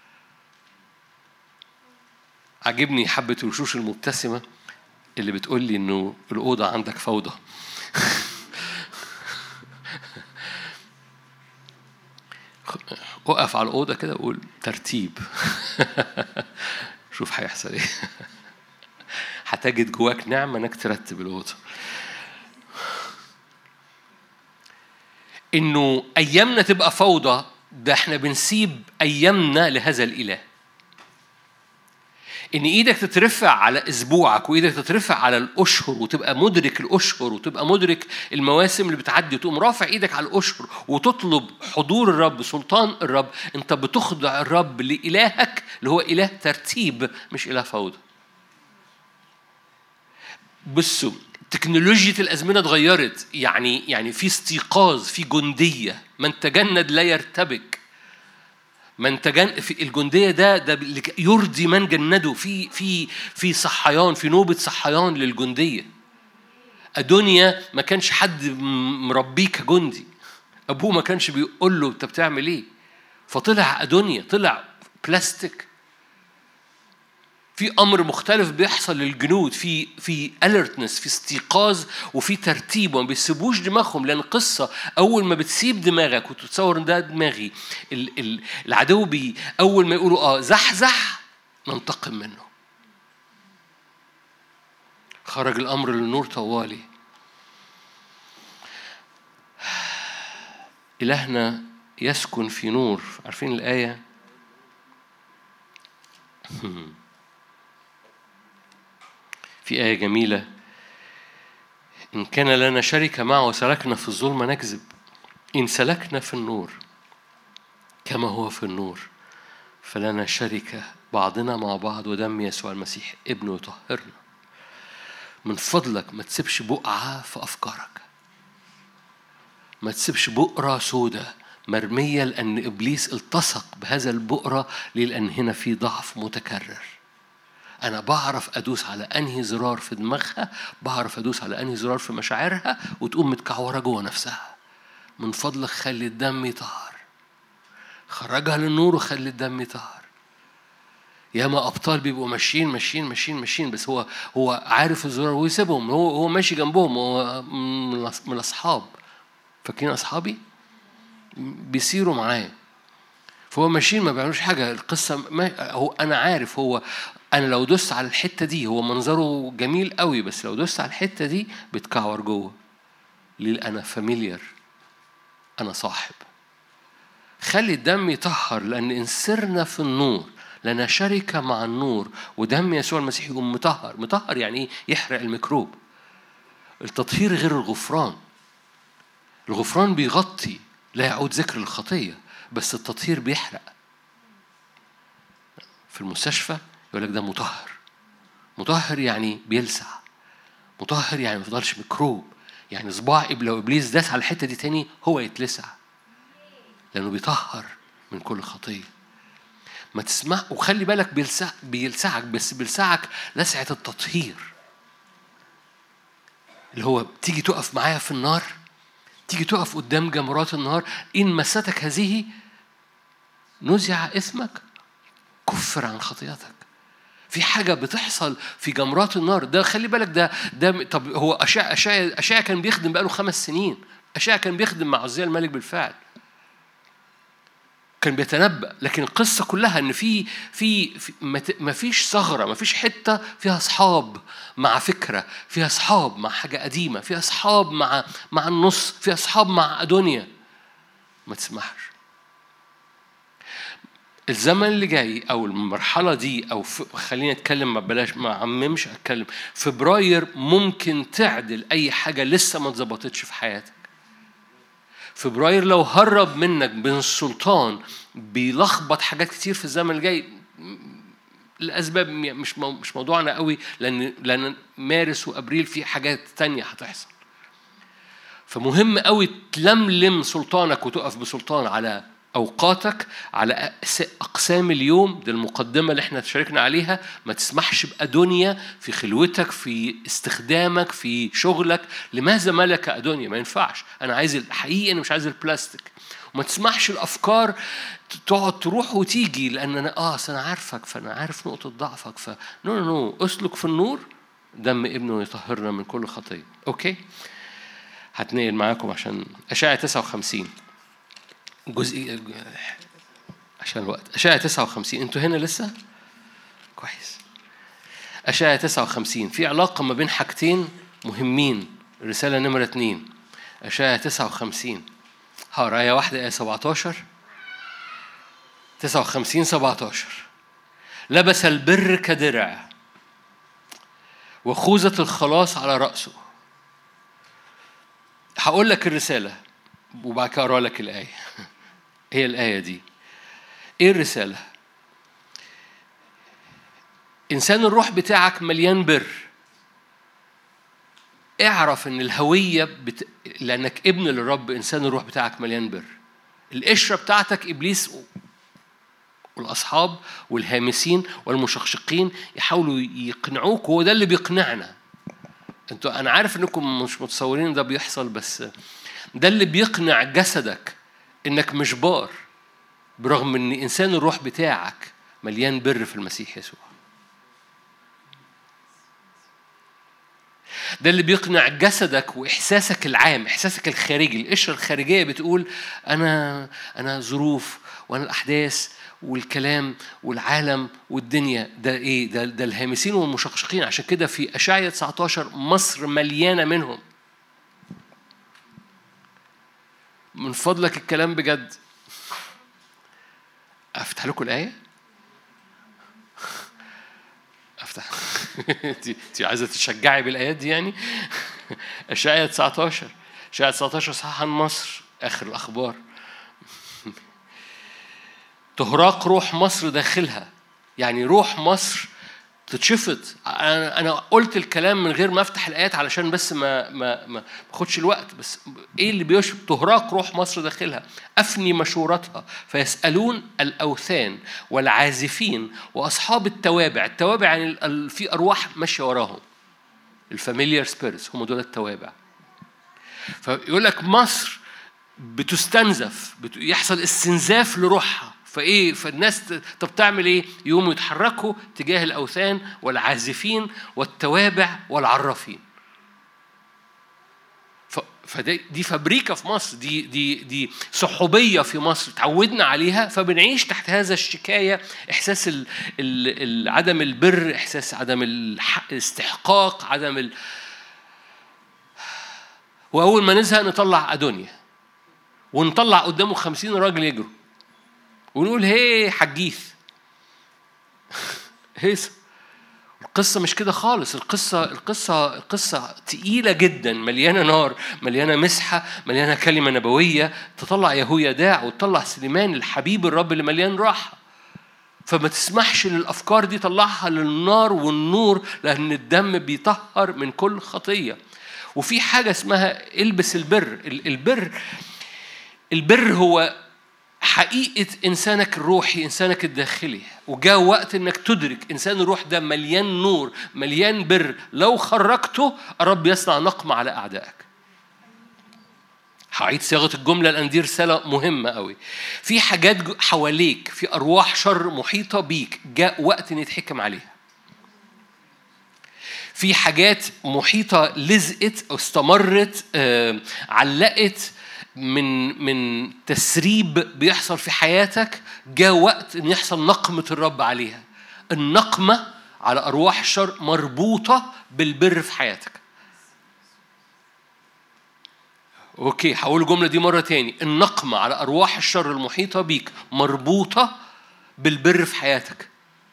Speaker 1: عجبني حبة الوشوش المبتسمة اللي بتقول لي إنه الأوضة عندك فوضى. وقف على الأوضة كده وقول ترتيب. شوف هيحصل إيه. هتجد جواك نعمة إنك ترتب الأوضة. إنه أيامنا تبقى فوضى، ده إحنا بنسيب أيامنا لهذا الإله. إن إيدك تترفع على أسبوعك وإيدك تترفع على الأشهر وتبقى مدرك الأشهر وتبقى مدرك المواسم اللي بتعدي وتقوم رافع إيدك على الأشهر وتطلب حضور الرب، سلطان الرب. أنت بتخضع الرب لإلهك اللي هو إله ترتيب مش إله فوضى. بصوا، تكنولوجيا الأزمنة اتغيرت، يعني يعني في استيقاظ، في جندية. من تجند لا يرتبك. من تجن في الجندية ده ده يرضي من جنده. في في في صحيان، في نوبة صحيان للجندية. أدونيا ما كانش حد مربيه كجندي، أبوه ما كانش بيقول له أنت بتعمل إيه، فطلع أدونيا، طلع بلاستيك. في أمر مختلف بيحصل للجنود، في في alertness، في استيقاظ وفي ترتيب، وما بيسيبوش دماغهم. لأن قصة أول ما بتسيب دماغك وتتصور إن ده دماغي، ال ال العدو بي أول ما يقولوا آه زحزح ننتقم منه. خرج الأمر للنور طوالي. إلهنا يسكن في نور. عارفين الآية؟ في آية جميلة: إن كان لنا شركة معه وسلكنا في الظلمة نكذب، إن سلكنا في النور كما هو في النور فلنا شركة بعضنا مع بعض، ودم يسوع المسيح ابنه يطهرنا. من فضلك ما تسيبش بقعة في أفكارك، ما تسيبش بقرة سودة مرمية، لأن إبليس التصق بهذا البقرة. لأن هنا في ضعف متكرر. أنا بعرف أدوس على أنهي زرار في دماغها، بعرف أدوس على أنهي زرار في مشاعرها، وتقوم متكعورة جوه نفسها. من فضلك خلي الدم يطهر، خرجها للنور وخلي الدم يطهر. ياما أبطال بيبقوا ماشيين ماشيين ماشيين ماشيين، بس هو هو عارف الزرار ويسيبهم، هو هو ماشي جنبهم، هو من الأصحاب. فاكرين أصحابي بيسيروا معايا، فهو ماشيين ما بيعملوش حاجة. القصة ما هو أنا عارف، هو أنا لو دوست على الحتة دي هو منظره جميل قوي، بس لو دوست على الحتة دي بتكعور جوه. ليه؟ أنا فاميليار، أنا صاحب. خلي الدم يطهر، لأن إن سرنا في النور لنا شركة مع النور، ودم يسوع المسيح يقوم مطهر. مطهر يعني إيه؟ يحرق الميكروب. التطهير غير الغفران. الغفران بيغطي، لا يعود ذكر الخطية، بس التطهير بيحرق. في المستشفى يقول لك ده مطهر. مطهر يعني بيلسع، مطهر يعني ما يفضلش ميكروب. يعني صباع لو إبليس داس على الحتة دي تاني هو يتلسع، لأنه بيطهر من كل خطية. ما تسمع، وخلي بالك بيلسع بيلسعك، بس بيلسعك لسعة التطهير، اللي هو تيجي تقف معايا في النار، تيجي تقف قدام جمرات النار، إن مستك هذه نزع إثمك، كفر عن خطيئتك. في حاجة بتحصل في جمرات النار ده. خلي بالك ده ده طب هو أشعيا أشعيا أشعيا كان بيخدم بقاله خمس سنين. أشعيا كان بيخدم مع عزيا الملك بالفعل، كان بيتنبأ. لكن القصة كلها إن في في, في ما فيش ثغرة، ما فيش حتة فيها أصحاب مع فكرة، فيها أصحاب مع حاجة قديمة، فيها أصحاب مع مع النص، فيها أصحاب مع أدونيا. ما تسمحش. الزمن اللي جاي أو المرحلة دي، أو خلينا نتكلم، ما بلاش ما عممش أتكلم، فبراير ممكن تعدل أي حاجة لسه ما اتظبطتش في حياتك. فبراير لو هرب منك بين السلطان بيلخبط حاجات كتير في الزمن اللي جاي، الأسباب مش مش موضوعنا قوي، لأن لأن مارس وأبريل في حاجات تانية هتحصل. فمهم قوي تلملم سلطانك وتقف بسلطان على أوقاتك، على أقسام اليوم. دي المقدمة اللي احنا تشاركنا عليها. ما تسمحش بأدونيا في خلوتك، في استخدامك، في شغلك. لماذا ملك أدونيا؟ ما ينفعش. أنا عايز الحقيقة، أنا مش عايز البلاستيك. وما تسمحش الأفكار تقعد تروح وتيجي، لأن أنا آه أنا عارفك، فأنا عارف نقطة ضعفك. ف نو نو نو أسلك في النور، دم ابنه يطهرنا من كل خطية. أوكي، هتنقل معاكم عشان أشعيا تسعة وخمسين جزء عشان الوقت. أشعيا تسعة وخمسين، أنتوا هنا لسه؟ كويس. أشعيا تسعة وخمسين في علاقة ما بين حاجتين مهمين. رسالة نمرة اتنين، أشعيا تسعة وخمسين. هقرا آية واحدة، آية سبعتاشر تسعة وخمسين سبعتاشر. لبس البر كدرع وخوذة الخلاص على رأسه. هقول لك الرسالة وبعد كده أقرأ لك الآية. هي الآية دي إيه الرسالة؟ إنسان الروح بتاعك مليان بر. اعرف إن الهوية بت... لأنك ابن للرب. إنسان الروح بتاعك مليان بر. القشرة بتاعتك إبليس والأصحاب والهامسين والمشقشقين يحاولوا يقنعوك، وهو ده اللي بيقنعنا. انتوا أنا عارف إنكم مش متصورين ده بيحصل، بس ده اللي بيقنع جسدك إنك مش بار، برغم إن إنسان الروح بتاعك مليان بر في المسيح يسوع. ده اللي بيقنع جسدك وإحساسك العام، إحساسك الخارجي. القشرة الخارجية بتقول أنا أنا ظروف وأنا الأحداث والكلام والعالم والدنيا. ده إيه؟ ده, ده الهامسين والمشقشقين. عشان كده في أشعياء تسعة عشر مصر مليانة منهم. من فضلك الكلام بجد. أفتح لكم الآية؟ أفتح. أنت عايزة تشجعي بالآيات دي يعني؟ أشعياء تسعة عشر أشعياء تسعة عشر صح عن مصر، آخر الأخبار. تهراق روح مصر داخلها، يعني روح مصر تتشفط. أنا أنا قلت الكلام من غير ما أفتح الآيات علشان بس ما ما ما أخدش الوقت. بس إيه اللي بيشفط؟ تهراق روح مصر داخلها، أفني مشورتها فيسألون الأوثان والعازفين وأصحاب التوابع. التوابع يعني في أرواح ماشية وراهم، الفاميليار سبيرتس، هم دول التوابع. فيقول لك مصر بتستنزف، يحصل استنزاف لروحها. فايه؟ فالناس طب تعمل ايه؟ يقوموا يتحركوا تجاه الاوثان والعازفين والتوابع والعرافين. فدي دي فابريكا في مصر، دي دي دي صحوبيه في مصر تعودنا عليها، فبنعيش تحت هذا الشكايه، احساس ال ال عدم البر، احساس عدم الاستحقاق، عدم ال... واول ما نزهق نطلع ادونيا ونطلع قدامه خمسين راجل يجروا ونقول هي حجيث. هيس. القصة مش كده خالص. القصة القصة القصة تقيلة جدا، مليانة نار، مليانة مسحة، مليانة كلمة نبوية تطلع يهويداع وتطلع سليمان الحبيب الرب اللي مليان راحة. فما تسمحش للأفكار دي، طلعها للنار والنور، لأن الدم بيطهر من كل خطية. وفي حاجة اسمها البس البر. البر البر هو حقيقة إنسانك الروحي، إنسانك الداخلي. وجاء وقت إنك تدرك إنسان الروح ده مليان نور، مليان بر. لو خرجته الرب يصنع نقمة على أعدائك. هعيد صياغة الجملة لأن دي رسالة مهمة قوي. في حاجات حواليك، في أرواح شر محيطة بيك، جاء وقت إن يتحكم عليها. في حاجات محيطة لزقت أو استمرت، آه، علقت من من تسريب بيحصل في حياتك. جاء وقت ان يحصل نقمة الرب عليها. النقمة على أرواح الشر مربوطة بالبر في حياتك. اوكي، هقول الجملة دي مرة تاني. النقمة على أرواح الشر المحيطة بيك مربوطة بالبر في حياتك.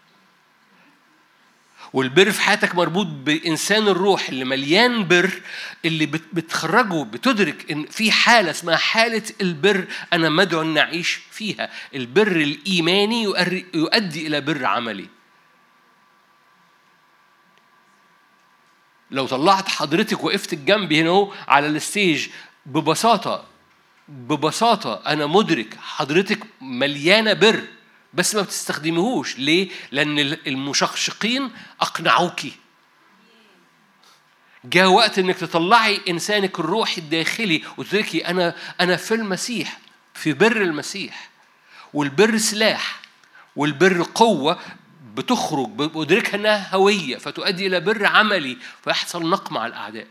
Speaker 1: والبر في حياتك مربوط بإنسان الروح اللي مليان بر، اللي بتخرجه بتدرك إن في حالة اسمها حالة البر أنا مدعو أن أعيش فيها. البر الإيماني يؤدي إلى بر عملي. لو طلعت حضرتك وقفت جنبي هنا على الستيج ببساطة ببساطة أنا مدرك حضرتك مليانة بر، بس ما بتستخدميهوش. ليه؟ لأن المشقشقين أقنعوكي. جاء وقت إنك تطلعي إنسانك الروحي الداخلي وتدركي أنا أنا في المسيح، في بر المسيح. والبر سلاح، والبر قوة بتخرج بأدركها أنها هوية فتؤدي إلى بر عملي فيحصل نقمة على الأعداء.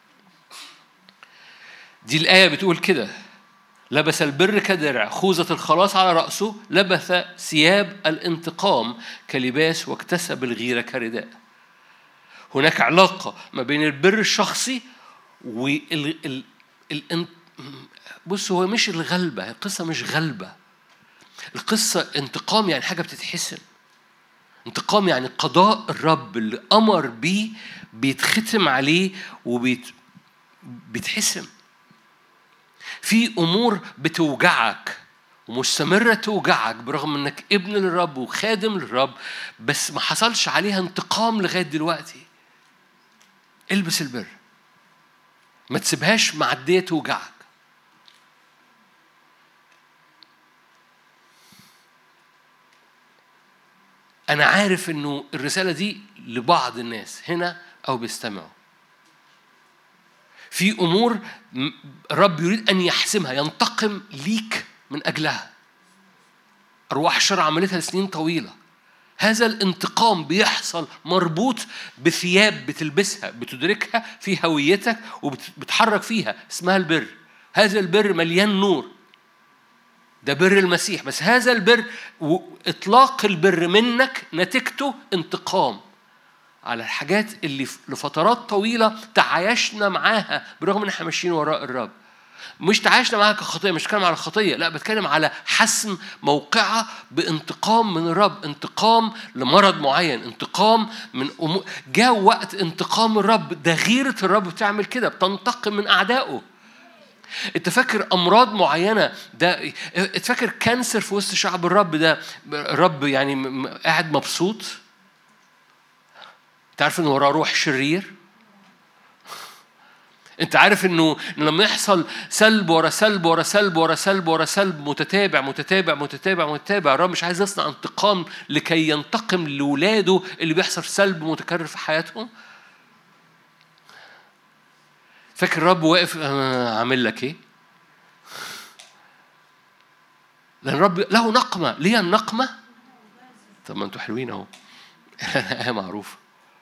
Speaker 1: دي الآية بتقول كده: لبس البر كدرع، خوذة الخلاص على رأسه، لبث ثياب الانتقام كلباس، واكتسب الغيرة كرداء. هناك علاقة ما بين البر الشخصي وال ال... ال... بص هو مش الغلبة، القصة مش غلبة، القصة انتقام، يعني حاجة بتتحسن. انتقام يعني قضاء الرب اللي أمر بيه بيتختم عليه وبيتحسم. في أمور بتوجعك ومستمرة توجعك برغم أنك ابن للرب وخادم للرب، بس ما حصلش عليها انتقام لغاية دلوقتي. البس البر، ما تسيبهاش معدية توجعك. أنا عارف أنه الرسالة دي لبعض الناس هنا أو بيستمعوا. في أمور الرب يريد أن يحسمها، ينتقم ليك من أجلها. أرواح الشر عملتها لسنين طويلة. هذا الانتقام بيحصل مربوط بثياب بتلبسها بتدركها في هويتك وبتحرك فيها، اسمها البر. هذا البر مليان نور، ده بر المسيح. بس هذا البر وإطلاق البر منك نتيجته انتقام على الحاجات اللي لفترات طويلة تعايشنا معاها برغم ان احنا ماشيين وراء الرب. مش تعايشنا معاها كخطية، مش بتكلم على خطية، لا بتكلم على حسم موقعة بانتقام من الرب، انتقام لمرض معين، انتقام من أمور. جاء وقت انتقام الرب، ده غيرة الرب بتعمل كده، بتنتقم من أعدائه. انت فاكر امراض معينه، ده تفكر كانسر في وسط شعب الرب، ده الرب يعني قاعد مبسوط؟ تعرف انه وراه روح شرير؟ انت عارف انه لما يحصل سلب ورا سلب ورا سلب ورا سلب ورا سلب متتابع متتابع متتابع متتابع، الرب مش عايز يصنع انتقام لكي ينتقم لولاده اللي بيحصل سلب متكرر في حياتهم؟ فاكر الرب واقف عامل لك ايه؟ لأن الرب له نقمة. ليه النقمة؟ طب ما انتوا حلوين اهو. آية معروفة.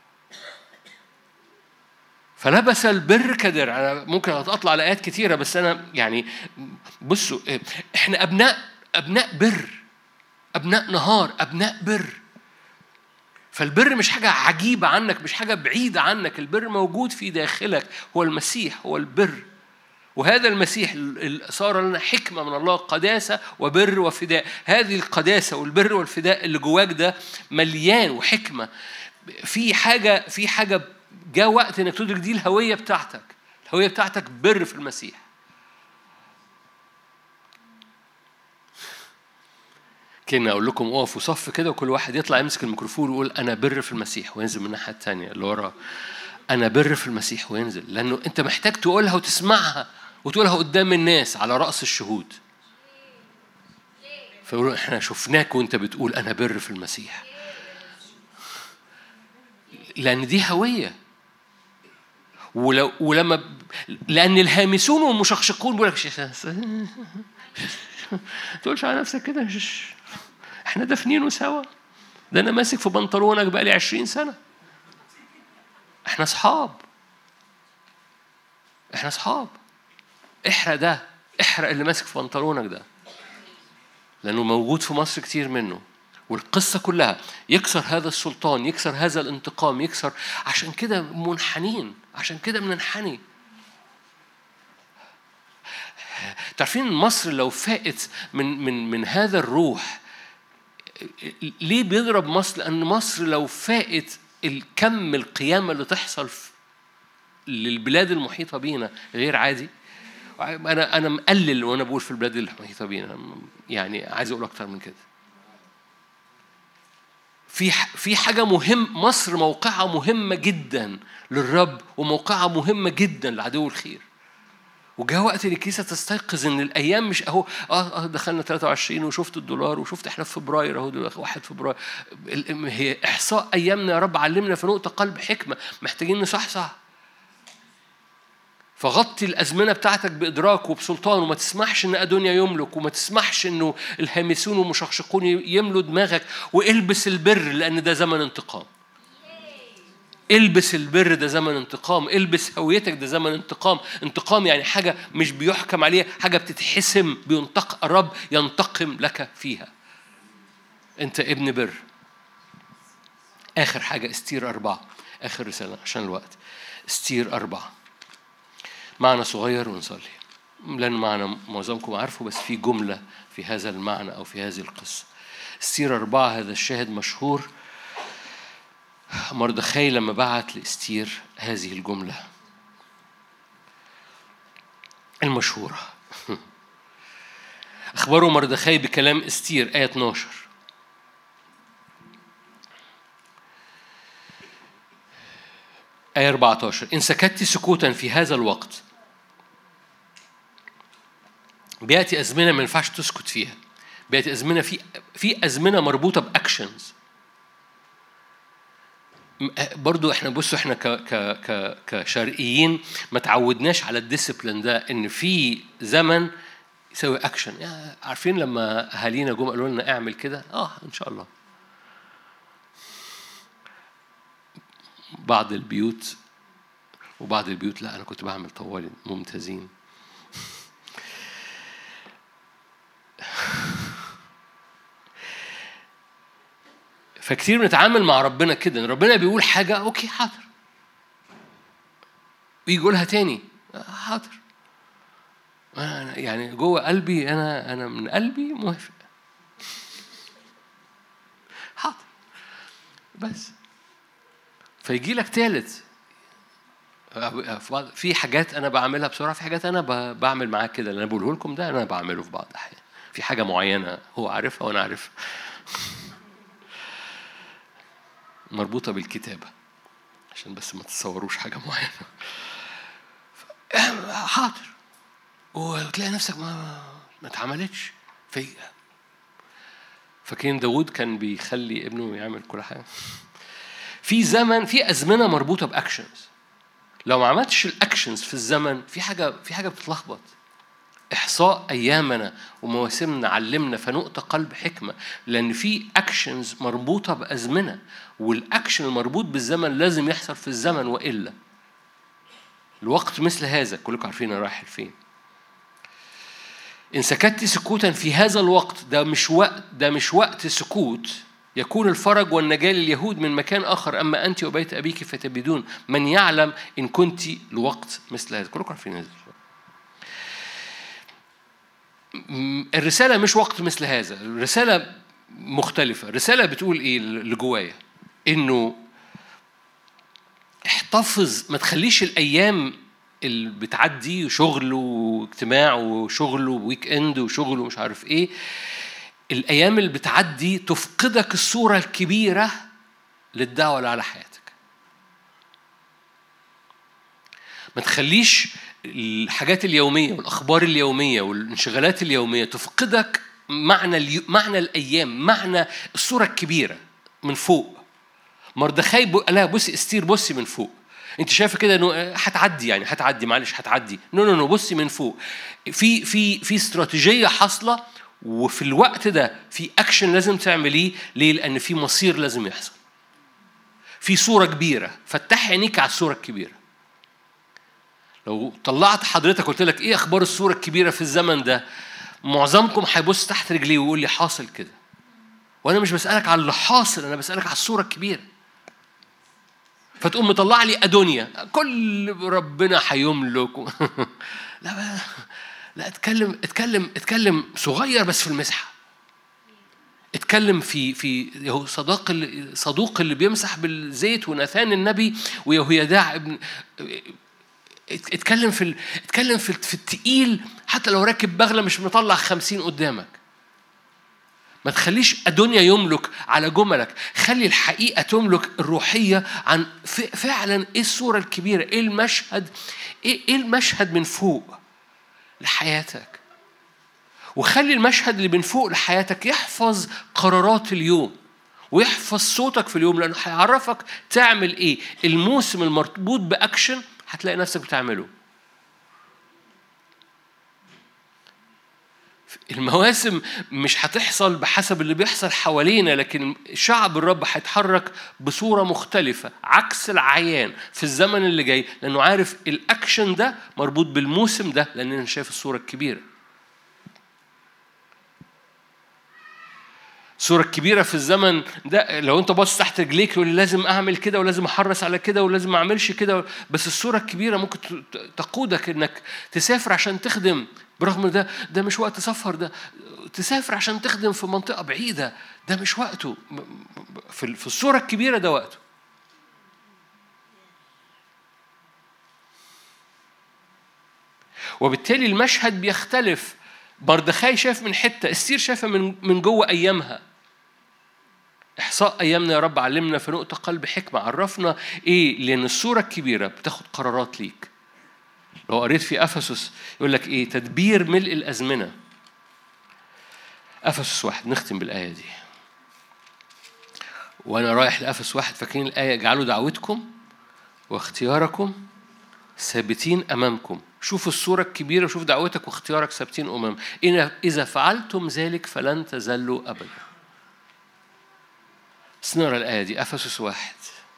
Speaker 1: فلبس البر كدرع. أنا ممكن أطلع على آيات كتيرة، بس أنا يعني بصوا، إحنا أبناء أبناء بر، أبناء نهار، أبناء بر. فالبر مش حاجة عجيبة عنك، مش حاجة بعيدة عنك. البر موجود في داخلك، هو المسيح، هو البر. وهذا المسيح صار لنا حكمة من الله، قداسة وبر وفداء. هذه القداسة والبر والفداء اللي جواك ده مليان وحكمة. في حاجة في حاجة جاء وقت انك تدرك دي الهوية بتاعتك. الهوية بتاعتك بر في المسيح. كنا أقول لكم اقفوا صف كده وكل واحد يطلع يمسك الميكروفون ويقول أنا بر في المسيح، وينزل من الناحية التانية اللي وراه أنا بر في المسيح، وينزل. لأنه أنت محتاج تقولها وتسمعها وتقولها قدام الناس على رأس الشهود. فيقولوا إحنا شفناك وأنت بتقول أنا بر في المسيح، لأن دي هوية. ولو ولما لأن الهامسون والمشقشقون بيقول لك تقولش على نفسك كده إحنا دفنينه سوا، ده أنا ماسك في بنطلونك بقالي عشرين سنة، إحنا أصحاب، إحنا أصحاب. احرق ده، احرق اللي ماسك في بنطلونك ده، لأنه موجود في مصر كتير منه. والقصة كلها يكسر هذا السلطان، يكسر هذا الانتقام، يكسر. عشان كده منحنين، عشان كده بننحني. تعرفين مصر لو فاقت من من من هذا الروح، ليه بيضرب مصر؟ لأن مصر لو فاقت الكم القيامة اللي تحصل للبلاد المحيطة بينا غير عادي. أنا أنا مقلل وأنا بقول في البلاد المحيطة بينا، يعني عايز أقول أكتر من كده. في في حاجة مهم، مصر موقعها مهمة جدا للرب وموقعها مهمة جدا لعدو الخير. وجاء وقت الكنيسة تستيقظ إن الأيام مش أهو آه, آه دخلنا ثلاثة وعشرين وشفت الدولار وشفت إحنا في فبراير أهو دلوقتي واحد فبراير. هي إحصاء أيامنا يا رب، علمنا في نقطة قلب حكمة، محتاجين نصحصح. فغطي الأزمنة بتاعتك بإدراك وبسلطان، وما تسمحش إن أدونيا يملك، وما تسمحش إنه الهامسون والمشخشقون يملوا دماغك. والبس البر لأن ده زمن انتقام. البس البر، ده زمن انتقام. البس هويتك، ده زمن انتقام. انتقام يعني حاجة مش بيحكم عليها، حاجة بتتحسم، بينتقم الرب ينتقم لك فيها. أنت ابن بر. آخر حاجة استير أربعة، آخر رسالة عشان الوقت. استير أربعة معنا صغير ونصلي. لأن معنى معظمكم عارفه، بس في جملة في هذا المعنى أو في هذه القصة. استير أربعة هذا الشاهد مشهور. مردخاي لما بعت لإستير هذه الجملة المشهورة، أخبروا مردخاي بكلام استير، آية اثناشر. آية أربعة عشر: إن سكت سكوتا في هذا الوقت، بيأتي أزمنة ما ينفعش تسكت فيها. بيأتي أزمنة في في أزمنة مربوطة بأكشنز. برضو احنا بصوا احنا ك ك ك كشرقيين ما تعودناش على الديسيبلين ده، ان في زمن يسوي اكشن. يعني عارفين لما اهالينا جم قالوا لنا اعمل كده، اه ان شاء الله. بعض البيوت وبعض البيوت لا، انا كنت بعمل طوالي ممتازين. فكتير بنتعامل مع ربنا كده، ان ربنا بيقول حاجه اوكي حاضر، ويجي يقولها تاني حاضر. أنا يعني جوه قلبي انا انا من قلبي موافق حاضر، بس فيجي لك تالت. في حاجات انا بعملها بسرعه، في حاجات انا بعمل معاه كده. اللي انا بقوله لكم ده انا بعمله في بعض الاحيان. في حاجه معينه هو عارفها وانا عارفها، مربوطه بالكتابه، عشان بس ما تتصوروش حاجه معينه. حاضر، وتلاقي نفسك ما ما اتعملتش. في فاكرين داود كان بيخلي ابنه يعمل كل حاجه. في زمن، في ازمنه مربوطه باكشنز. لو ما عملتش الاكشنز في الزمن، في حاجه في حاجه بتتلخبط. احصاء ايامنا ومواسمنا علمنا فنؤتى قلب حكمه، لان في اكشنز مربوطه بازمنه، والاكشن المربوط بالزمن لازم يحصل في الزمن، والا الوقت مثل هذا كلكم عارفين انا رايح فين. إن سكت سكوتا في هذا الوقت، ده مش وقت ده مش وقت سكوت، يكون الفرج والنجاة لليهود من مكان آخر، أما أنت وبيت أبيك فتبيدون. من يعلم إن كنت لوقت مثل هذا. كلكم عارفين هذا. الرسالة مش وقت مثل هذا، الرسالة مختلفة. الرسالة بتقول إيه اللي جوايا؟ إنه احتفظ، ما تخليش الأيام اللي بتعدي شغل واجتماع وشغل وويك اند وشغل ومش عارف ايه، الايام اللي بتعدي تفقدك الصوره الكبيره للدعوه اللي على حياتك. ما تخليش الحاجات اليوميه والاخبار اليوميه والانشغالات اليوميه تفقدك معنى اليو... معنى الايام، معنى الصوره الكبيره من فوق. مردخاي ب... لا بصي استير، بصي من فوق. انت شايفه كده انه هتعدي، يعني هتعدي معلش هتعدي. نو نو نو بصي من فوق. في في في استراتيجيه حاصله، وفي الوقت ده في اكشن لازم تعمليه. ليه؟ لان في مصير لازم يحصل، في صوره كبيره. فتحي عينيك على الصوره الكبيره. لو طلعت حضرتك قلت لك ايه اخبار الصوره الكبيره في الزمن ده، معظمكم هيبص تحت رجليه ويقول لي حاصل كده. وانا مش بسالك على اللي حاصل، انا بسالك على الصوره الكبيره. فتقوم مطلع لي أدونيا كل ربنا هيملك. لا لا، اتكلم اتكلم اتكلم صغير بس في المسحة. اتكلم في في صداق صدوق اللي بيمسح بالزيت، وناثان النبي، ويهويداع ابن. اتكلم في اتكلم في في التقيل. حتى لو راكب بغلة مش مطلع خمسين قدامك. ما تخليش أدونيا يملك على جملك، خلي الحقيقة تملك الروحية عن فعلا إيه الصورة الكبيرة، إيه المشهد، إيه المشهد من فوق لحياتك. وخلي المشهد اللي من فوق لحياتك يحفظ قرارات اليوم، ويحفظ صوتك في اليوم، لأنه هيعرفك تعمل إيه. الموسم المربوط بأكشن هتلاقي نفسك بتعمله. المواسم مش هتحصل بحسب اللي بيحصل حوالينا، لكن شعب الرب هيتحرك بصورة مختلفة عكس العيان في الزمن اللي جاي، لأنه عارف الأكشن ده مربوط بالموسم ده، لأنه شايف الصورة الكبيرة. الصورة الكبيرة في الزمن ده لو أنت باصص تحت رجليك يقول لازم أعمل كده ولازم أحرص على كده ولازم ما أعملش كده، بس الصورة الكبيرة ممكن تقودك إنك تسافر عشان تخدم، برغم ده ده مش وقت سفر، ده تسافر عشان تخدم في منطقة بعيدة، ده مش وقته. في في الصورة الكبيرة ده وقته. وبالتالي المشهد بيختلف. مردخاي شاف من حتة، استير شافها من من جوه أيامها. إحصاء أيامنا يا رب علمنا في نقطة قلب حكمة، عرفنا إيه، لأن الصورة الكبيرة بتاخد قرارات ليك. لو قريت في أفسس يقول لك إيه، تدبير ملء الأزمنة. أفسس واحد، نختم بالآية دي. وأنا رايح لأفسس واحد، فاكرين الآية، اجعلوا دعوتكم واختياركم ثابتين أمامكم. شوف الصورة الكبيرة، وشوف دعوتك واختيارك ثابتين أمام. إذا فعلتم ذلك فلن تزلوا أبدا. سنرى الآية دي، أفسس واحد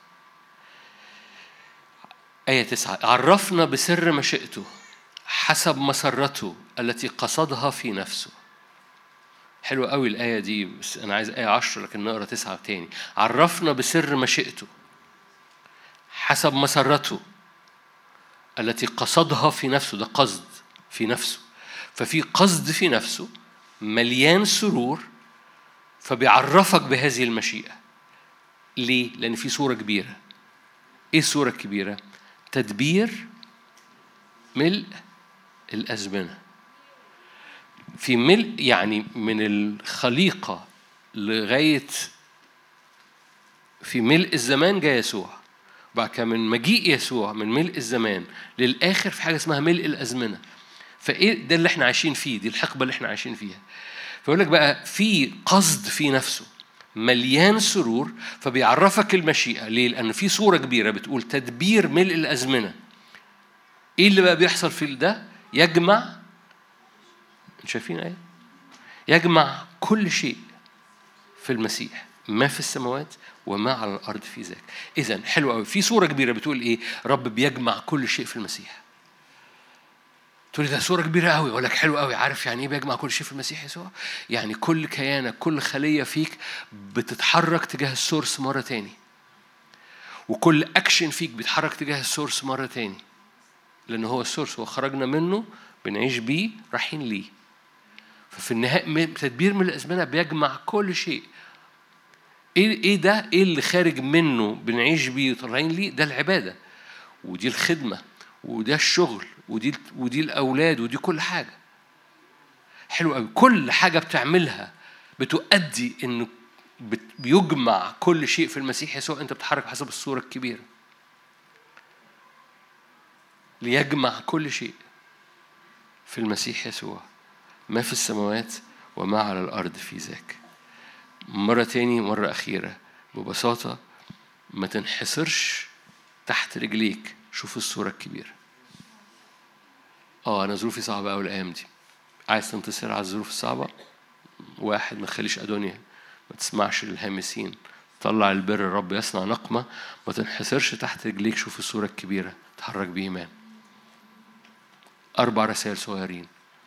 Speaker 1: آية تسعة. عرفنا بسر مشيئته حسب مسرته التي قصدها في نفسه. حلوة قوي الآية دي، بس أنا عايز آية عشرة لكن نقرأ تسعة تاني. عرفنا بسر مشيئته حسب مسرته التي قصدها في نفسه. ده قصد في نفسه، ففي قصد في نفسه مليان سرور، فبيعرفك بهذه المشيئة. ليه؟ لأن في صورة كبيرة. إيه الصورة الكبيرة؟ تدبير ملء الأزمنة. في ملء يعني من الخليقة لغاية في ملء الزمان جاء يسوع، بعد كده من مجيء يسوع من ملء الزمان للآخر في حاجة اسمها ملء الأزمنة. فإيه ده اللي احنا عايشين فيه، دي الحقبة اللي احنا عايشين فيها. فيقول لك بقى في قصد في نفسه مليان سرور، فبيعرفك المشيئة. ليه؟ لأن في صورة كبيرة بتقول تدبير ملء الأزمنة. إيه اللي بقى بيحصل في ده؟ يجمع، شايفين ايه؟ يجمع كل شيء في المسيح، ما في السماوات وما على الارض في ذاك. اذا حلو قوي، في صوره كبيره بتقول ايه؟ رب بيجمع كل شيء في المسيح. تقول لي ده صوره كبيره قوي، اقول لك حلو قوي. عارف يعني ايه بيجمع كل شيء في المسيح يسوع؟ يعني كل كيانك، كل خليه فيك بتتحرك تجاه السورس مره تاني، وكل اكشن فيك بيتحرك تجاه السورس مره تاني، لان هو السورس، هو خرجنا منه بنعيش بيه رايحين ليه. ففي النهاية تدبير من الأزمنة بيجمع كل شيء. إيه إيه ده؟ إيه اللي خارج منه بنعيش بيه وطالعين ليه؟ ده العبادة، ودي الخدمة، وده الشغل، ودي ودي الأولاد، ودي كل حاجة. حلو قوي. كل حاجة بتعملها بتؤدي إنه بيجمع كل شيء في المسيح يسوع. أنت بتتحرك حسب الصورة الكبيرة، ليجمع كل شيء في المسيح يسوع، ما في السماوات وما على الأرض في ذاك. مرة تاني، مرة أخيرة، ببساطة ما تنحصرش تحت رجليك، شوف الصورة الكبيرة. آه أنا ظروفي صعبة أوي الأيام دي. عايز تنتصر على الظروف الصعبة؟ واحد، ما تخليش أدونيا، ما تسمعش للهامسين، طلع البر، الرب يصنع نقمة. ما تنحصرش تحت رجليك، شوف الصورة الكبيرة، تحرك بإيمان. أربع رسائل صغيرين.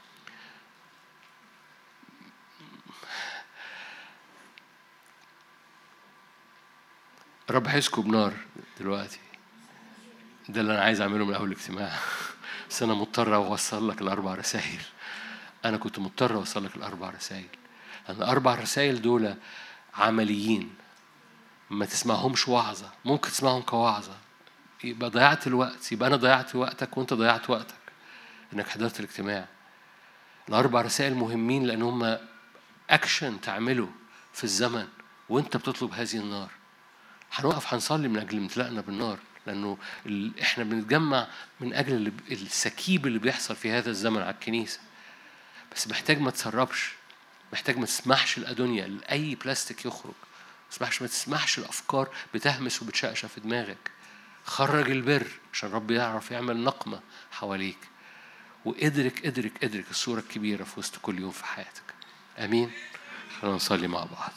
Speaker 1: الرب هيسكب نار دلوقتي، ده اللي أنا عايز أعمله من أول اجتماع. بس أنا مضطر أوصل لك الأربع رسائل. أنا كنت مضطر أوصل لك الأربع رسائل، لأن الأربع رسائل دول عمليين. ما تسمعهمش وعظة، ممكن تسمعهم كوعظة يبقى ضيعت الوقت، يبقى أنا ضيعت وقتك وأنت ضيعت وقتك إنك حضرت الاجتماع. الأربع رسائل مهمين لأن هم أكشن تعمله في الزمن وأنت بتطلب هذه النار. هنوقف هنصلي من أجل امتلاءنا بالنار، لأنه إحنا بنتجمع من أجل السكيب اللي بيحصل في هذا الزمن على الكنيسة. بس محتاج ما تسربش، محتاج ما تسمحش الأدونيا لأي بلاستيك يخرج، ما تسمحش الأفكار بتهمس وبتشقشق في دماغك. خرج البر عشان رب يعرف يعمل نقمة حواليك. وادرك ادرك ادرك الصورة الكبيرة في وسط كل يوم في حياتك. أمين. خلينا نصلي مع بعض.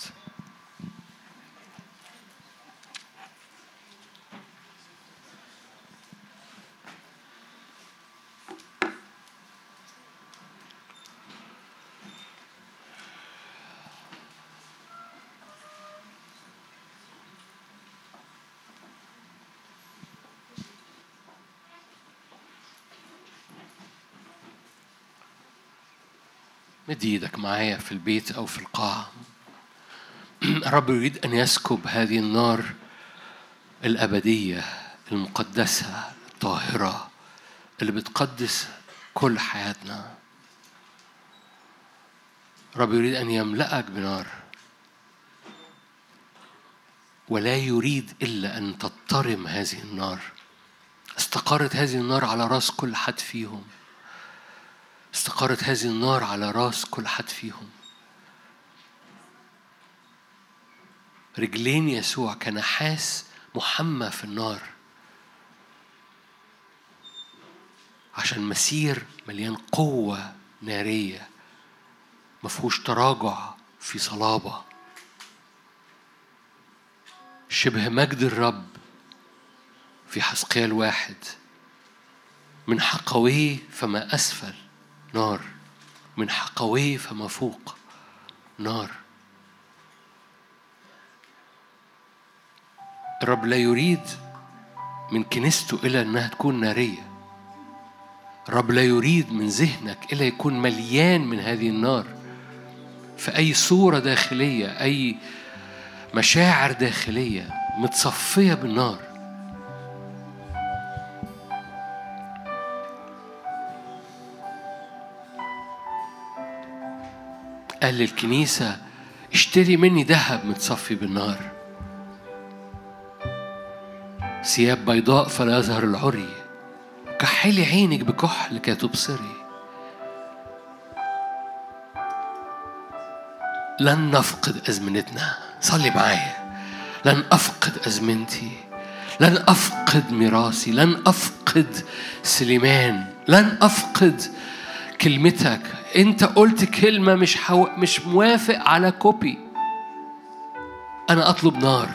Speaker 1: مد ايدك معايا في البيت أو في القاعة. الرب يريد أن يسكب هذه النار الأبدية المقدسة الطاهرة اللي بتقدس كل حياتنا. الرب يريد أن يملأك بنار، ولا يريد إلا أن تضطرم هذه النار. استقرت هذه النار على رأس كل حد فيهم. استقرت هذه النار على رأس كل حد فيهم. رجلين يسوع كنحاس محمى في النار، عشان مسير مليان قوة نارية مفهوش تراجع في صلابة. شبه مجد الرب في حزقيال واحد، من حقويه فما أسفل نار، من حقويه فما فوق نار. الرب لا يريد من كنيسته إلا أنها تكون نارية. الرب لا يريد من ذهنك إلا يكون مليان من هذه النار في أي صورة داخلية، أي مشاعر داخلية متصفية بالنار. قال للكنيسة اشتري مني ذهب متصفي بالنار، ثياب بيضاء فلا يظهر العري، كحلي عينك بكحل لكي تبصري. لن نفقد أزمنتنا. صلي معايا. لن أفقد أزمنتي، لن أفقد ميراثي، لن أفقد سليمان، لن أفقد كلمتك. أنت قلت كلمة مش حو... مش موافق على كوبي. أنا أطلب نار.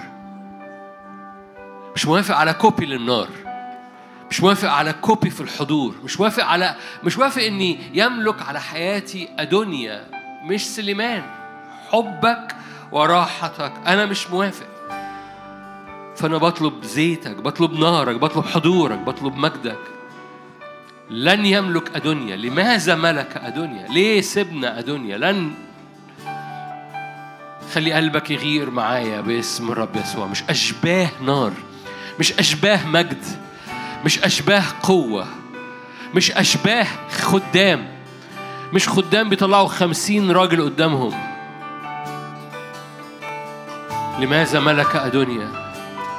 Speaker 1: مش موافق على كوبي للنار. مش موافق على كوبي في الحضور. مش موافق على مش موافق إني يملك على حياتي أدونيا مش سليمان. حبك وراحتك أنا مش موافق. فأنا بطلب زيتك، بطلب نارك، بطلب حضورك، بطلب مجدك. لن يملك أدونيا. لماذا ملك أدونيا؟ ليه سبنا أدونيا؟ لن. خلي قلبك يغير معايا باسم الرب يسوع. مش أشباه نار، مش أشباه مجد، مش أشباه قوة، مش أشباه خدام. مش خدام بيطلعوا خمسين راجل قدامهم. لماذا ملك أدونيا؟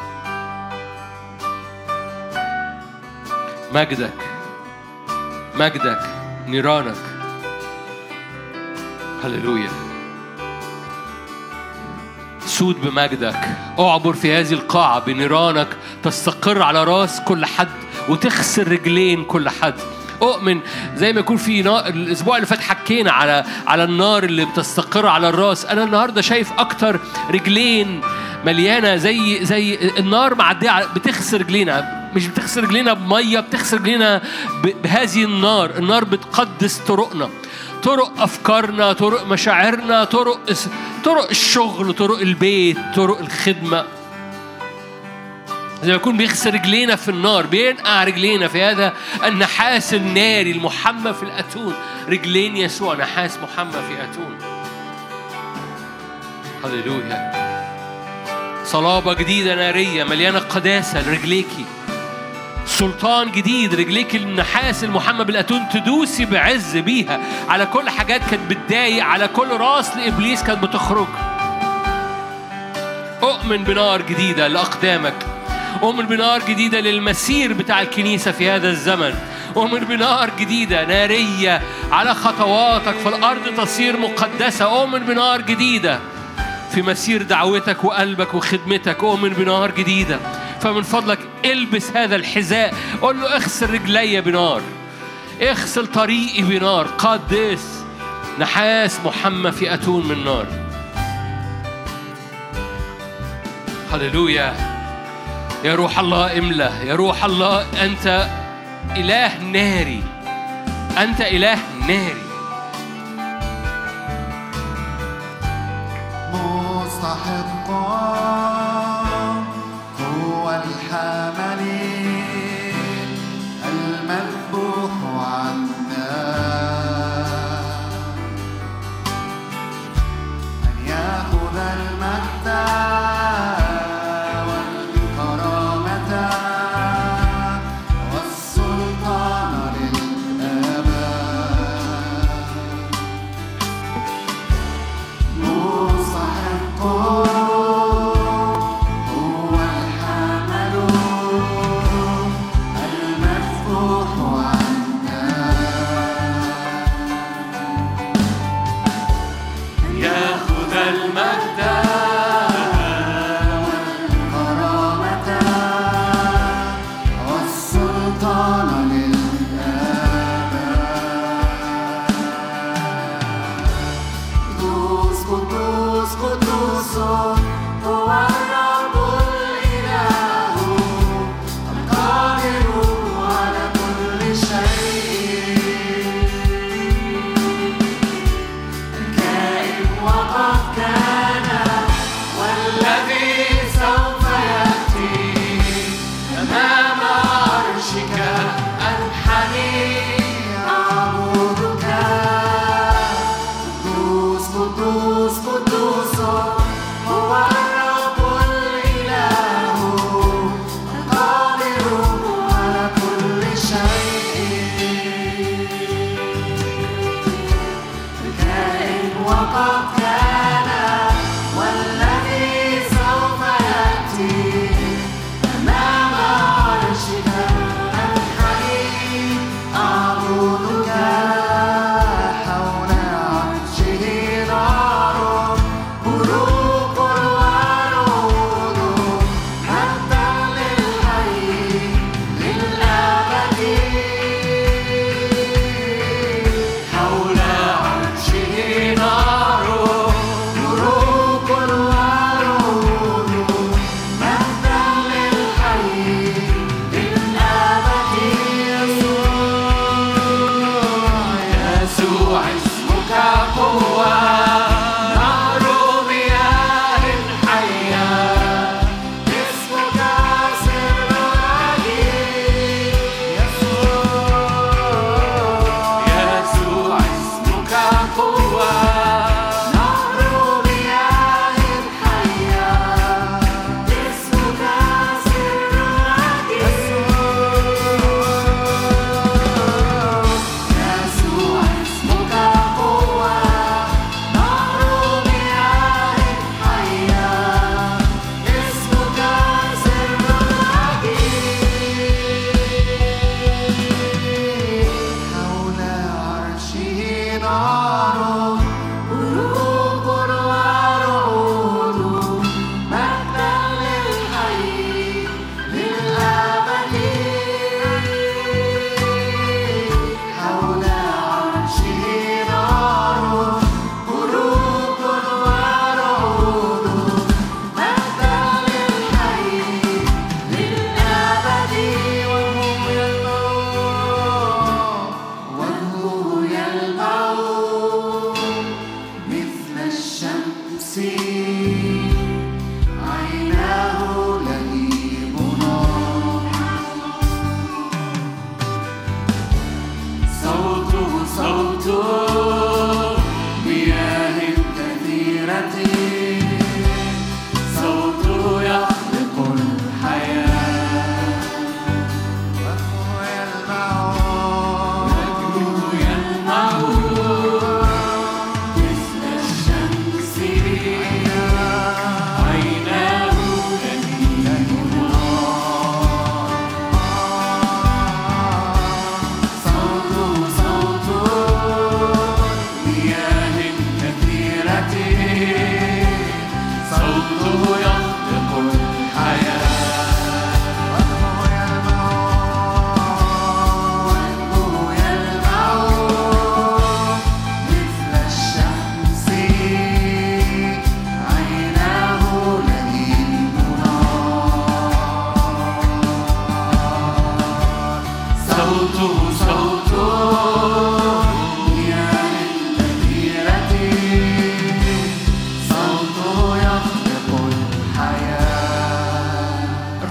Speaker 1: مجدك، مجدك، نيرانك. هللويا. سود بمجدك. اعبر في هذه القاعة بنيرانك تستقر على راس كل حد وتخسر رجلين كل حد. أؤمن زي ما يكون في نار. الأسبوع اللي فات حكينا على على النار اللي بتستقر على الراس. أنا النهاردة شايف أكتر رجلين مليانة زي زي النار معدية بتخسر رجلينا. مش بتخسر رجلينا بمية، بتخسر رجلينا بهذه النار. النار بتقدس طرقنا، طرق أفكارنا، طرق مشاعرنا، طرق طرق الشغل، طرق البيت، طرق الخدمة. زي ما يكون بيخسر رجلينا في النار، بينقع رجلينا في هذا النحاس الناري المحمى في الأتون. رجلين يسوع نحاس محمى في أتون. هللويا. صلابة جديدة نارية مليانة قداسة لرجليكي. سلطان جديد رجليك النحاس المحمى بالأتون تدوسي بعز بيها على كل حاجات كانت بتضايق، على كل راس لإبليس كانت بتخرج. أؤمن بنار جديدة لأقدامك. أؤمن بنار جديدة للمسير بتاع الكنيسة في هذا الزمن. أؤمن بنار جديدة نارية على خطواتك في الأرض تصير مقدسة. أؤمن بنار جديدة في مسير دعوتك وقلبك وخدمتك. أؤمن بنار جديدة. فمن فضلك البس هذا الحذاء. قل له اغسل رجلي بنار، اغسل طريقي بنار. قدس نحاس محمى في أتون من نار. هللويا. يا روح الله املأ. يا روح الله أنت إله ناري، أنت إله ناري.
Speaker 2: مستحقا هو الحمل المذبوح عنا،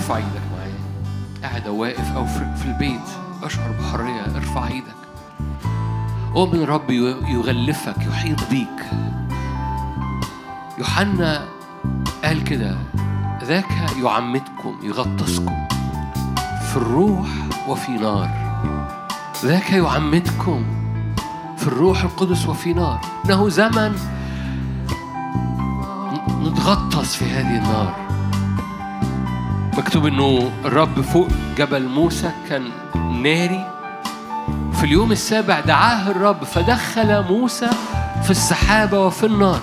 Speaker 1: ارفع ايدك معايا. قاعد أو واقف أو في البيت أشعر بحرية، ارفع ايدك. أؤمن رب يغلفك، يحيط بيك. يوحنا قال كده: ذاك يعمدكم، يغطسكم في الروح وفي نار. ذاك يعمدكم في الروح القدس وفي نار. إنه زمن نتغطس في هذه النار. مكتوب إنه الرب فوق جبل موسى كان ناري. في اليوم السابع دعاه الرب فدخل موسى في السحابة وفي النار.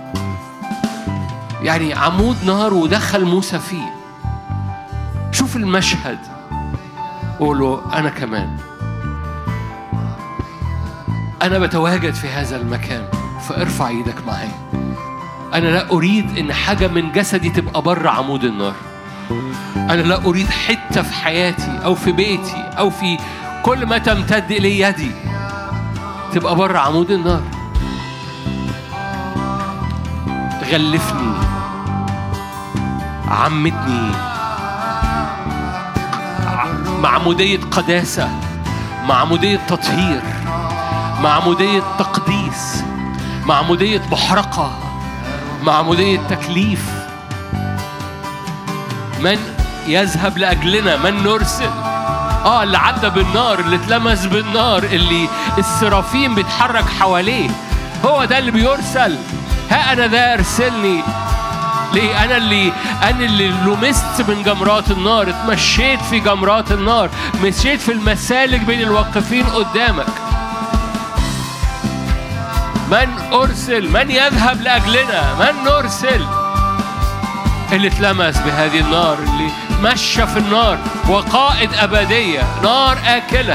Speaker 1: يعني عمود نار ودخل موسى فيه. شوف المشهد، قوله أنا كمان أنا بتواجد في هذا المكان، فارفع ايدك معايا. أنا لا أريد إن حاجة من جسدي تبقى بره عمود النار. أنا لا أريد حتة في حياتي أو في بيتي أو في كل ما تمتد إلي يدي تبقى بره عمود النار. غلفني، عمدني، معمودية قداسة، معمودية تطهير، معمودية تقديس، معمودية محرقة، معمودية تكليف. من يذهب لأجلنا؟ من نرسل؟ آه اللي عدى بالنار، اللي اتلمس بالنار، اللي السرافيم بيتحرك حواليه، هو ده اللي بيرسل. ها أنا ذا أرسلني. ليه؟ أنا اللي أنا اللي لمست من جمرات النار، اتمشيت في جمرات النار، مشيت في المسالك بين الواقفين قدامك. من أرسل؟ من يذهب لأجلنا؟ من نرسل؟ اللي اتلمس بهذه النار، اللي مشى في النار، وقائد أبدية، نار آكلة.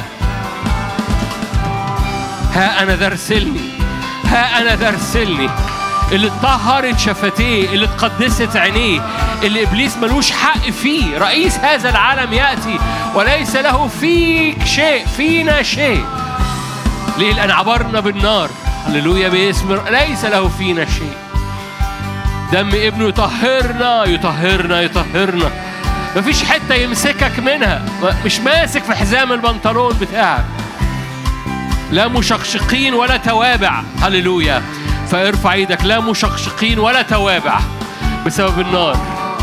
Speaker 1: ها أنا ذا أرسلني، ها أنا ذا أرسلني. اللي اتطهرت شفتيه، اللي اتقدست عينيه، اللي إبليس ملوش حق فيه. رئيس هذا العالم يأتي وليس له فيك شيء، فينا شيء. ليه؟ لأن عبرنا بالنار. هللويا باسم. ليس له فينا شيء. دم ابنه يطهرنا يطهرنا يطهرنا. مفيش حتة يمسكك منها. مش ماسك في حزام البنطلون بتاعك. لا مشقشقين ولا توابع. هللويا. فارفع ايدك. لا مشقشقين ولا توابع بسبب النار.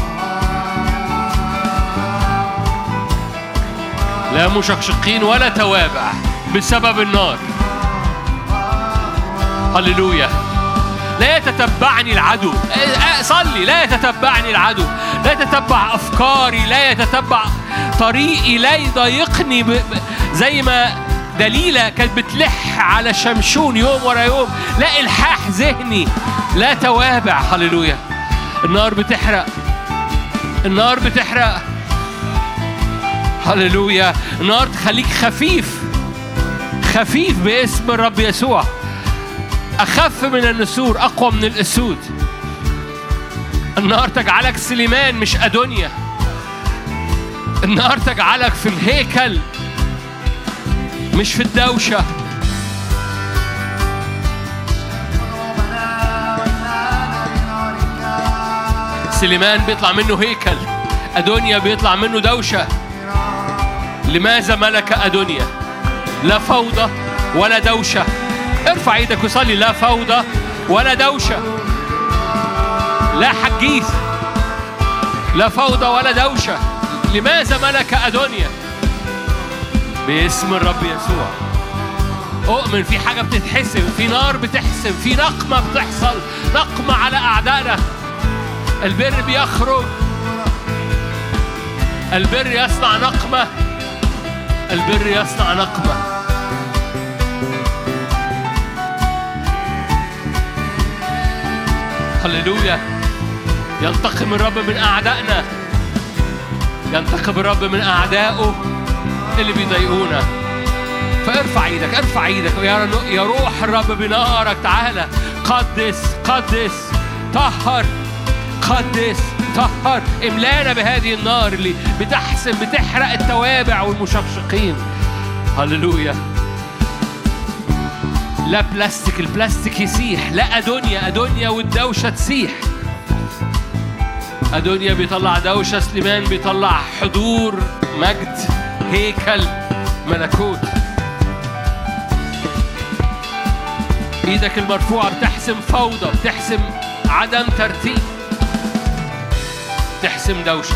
Speaker 1: لا مشقشقين ولا توابع بسبب النار. هللويا. لا يتتبعني العدو. صلي. لا يتتبعني العدو. لا يتتبع أفكاري. لا يتتبع طريقي. لا يضايقني ب... زي ما دليلة كانت بتلح على شمشون يوم ورا يوم. لا إلحاح ذهني. لا توابع. هللويا. النار بتحرق. النار بتحرق. هللويا. النار تخليك خفيف. خفيف باسم الرب يسوع. أخف من النسور، أقوى من الأسود. النار تجعلك سليمان مش أدونيا. النار تجعلك في الهيكل مش في الدوشة. سليمان بيطلع منه هيكل، أدونيا بيطلع منه دوشة. لماذا ملك أدونيا؟ لا فوضى ولا دوشة. ارفع ايدك وصلي. لا فوضى ولا دوشة. لا حجيث. لا فوضى ولا دوشة. لماذا ملك أدونيا؟ باسم الرب يسوع. أؤمن في حاجة بتتحسم، في نار بتحسم، في نقمة بتحصل، نقمة على أعدائنا. البر بيخرج. البر يصنع نقمة. البر يصنع نقمة. هللويا. ينتقم الرب من أعدائنا. ينتقم الرب من أعدائه اللي بيضايقونا. فارفع ايدك. ارفع ايدك يا روح الرب بنارك. تعالى قدس قدس طهر. قدس طهر. املانا بهذه النار اللي بتحسن بتحرق التوابع والمشقشقين. هللويا. لا بلاستيك. البلاستيك يسيح. لا أدونيا. أدونيا والدوشة تسيح. أدونيا بيطلع دوشة، سليمان بيطلع حضور، مجد، هيكل، ملكوت. ايدك المرفوعة بتحسم فوضى، بتحسم عدم ترتيب، بتحسم دوشة.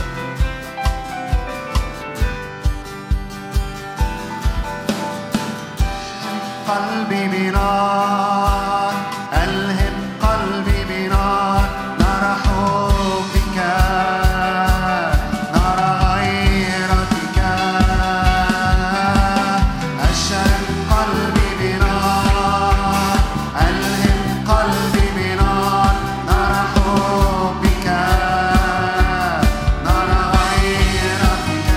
Speaker 2: قلبي بنار، ألهم قلبي بنار، نار حبك، نار غيرتك، أشعل قلبي بنار، ألهم قلبي بنار، نار حبك، نار غيرتك،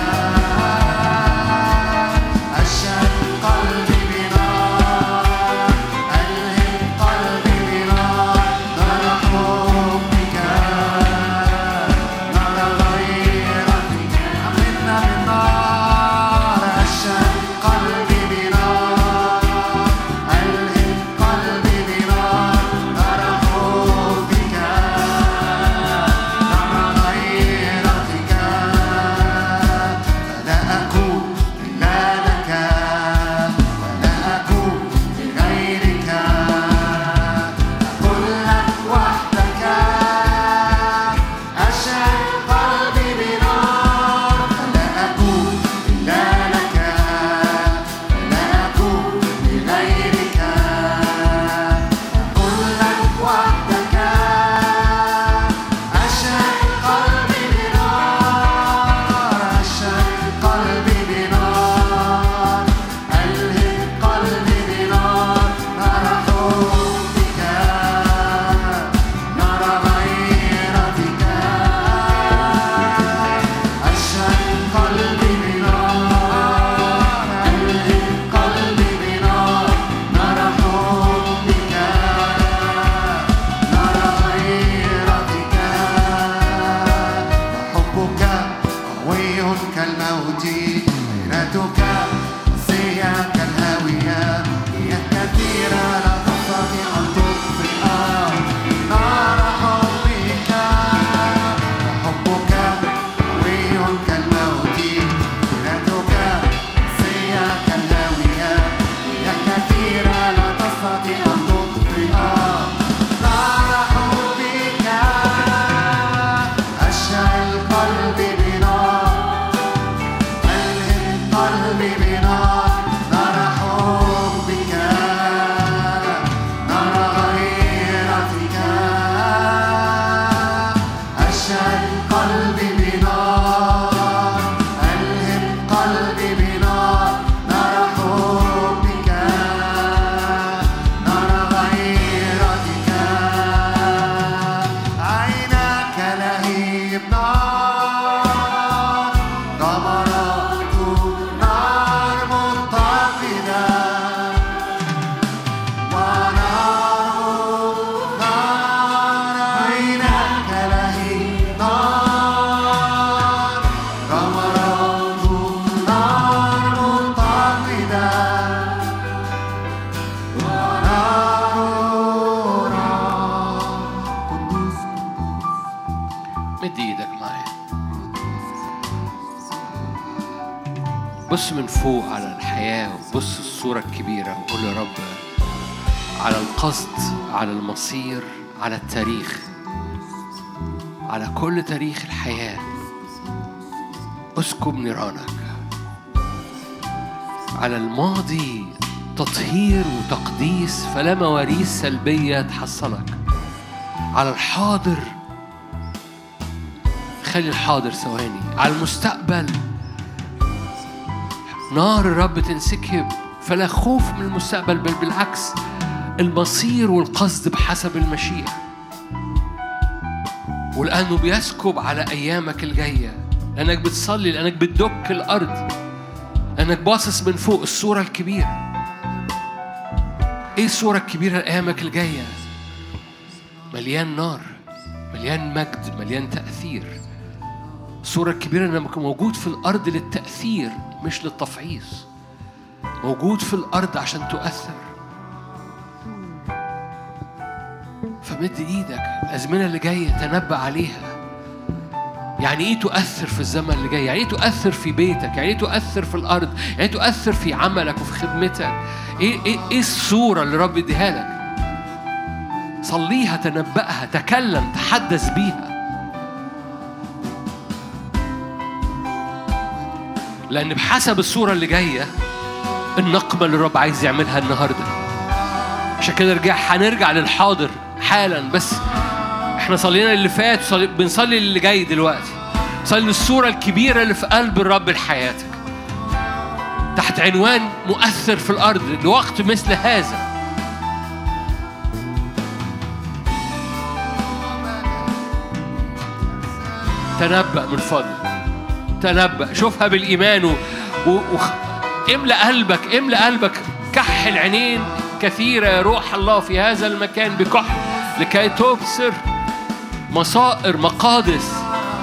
Speaker 2: أشعل قلبي
Speaker 1: بص من فوق على الحياة وبص الصورة الكبيرة وقول يا رب على القصد، على المصير، على التاريخ، على كل تاريخ الحياة اسكب نيرانك. على الماضي تطهير وتقديس فلا مواريث سلبية تحصلك. على الحاضر خلي الحاضر ثواني. على المستقبل نار الرب تنسكب فلا خوف من المستقبل، بل بالعكس المصير والقصد بحسب المشيئة، ولأنه بيسكب على أيامك الجاية، لأنك بتصلي، لأنك بتدك الأرض، لأنك باصص من فوق الصورة الكبيرة. إيه الصورة الكبيرة لأيامك الجاية؟ مليان نار، مليان مجد، مليان تأثير. الصورة الكبيرة إنك موجود في الأرض للتأثير مش للتفعيص، موجود في الأرض عشان تؤثر. فمد إيدك، الأزمنة اللي جاية تنبأ عليها، يعني ايه تؤثر في الزمن اللي جاي؟ يعني ايه تؤثر في بيتك؟ يعني ايه تؤثر في الارض؟ يعني ايه تؤثر في عملك وفي خدمتك؟ ايه ايه ايه الصورة اللي رب اديها لك؟ صليها، تنبأها، تكلم، تحدث بيها. لأن بحسب الصورة اللي جاية النقمة اللي الرب عايز يعملها النهاردة. عشان كده نرجع هنرجع للحاضر حالا، بس احنا صلينا اللي فات وصلي... بنصلي اللي جاي دلوقتي. صلي الصورة الكبيرة اللي في قلب الرب لحياتك تحت عنوان مؤثر في الأرض لوقت مثل هذا. تنبأ من فضل، تنبأ، شوفها بالإيمان و... و... و... املأ قلبك، املأ قلبك. كحل عينين كثيرة يا روح الله في هذا المكان بكحل لكي تبصر مصائر مقادس.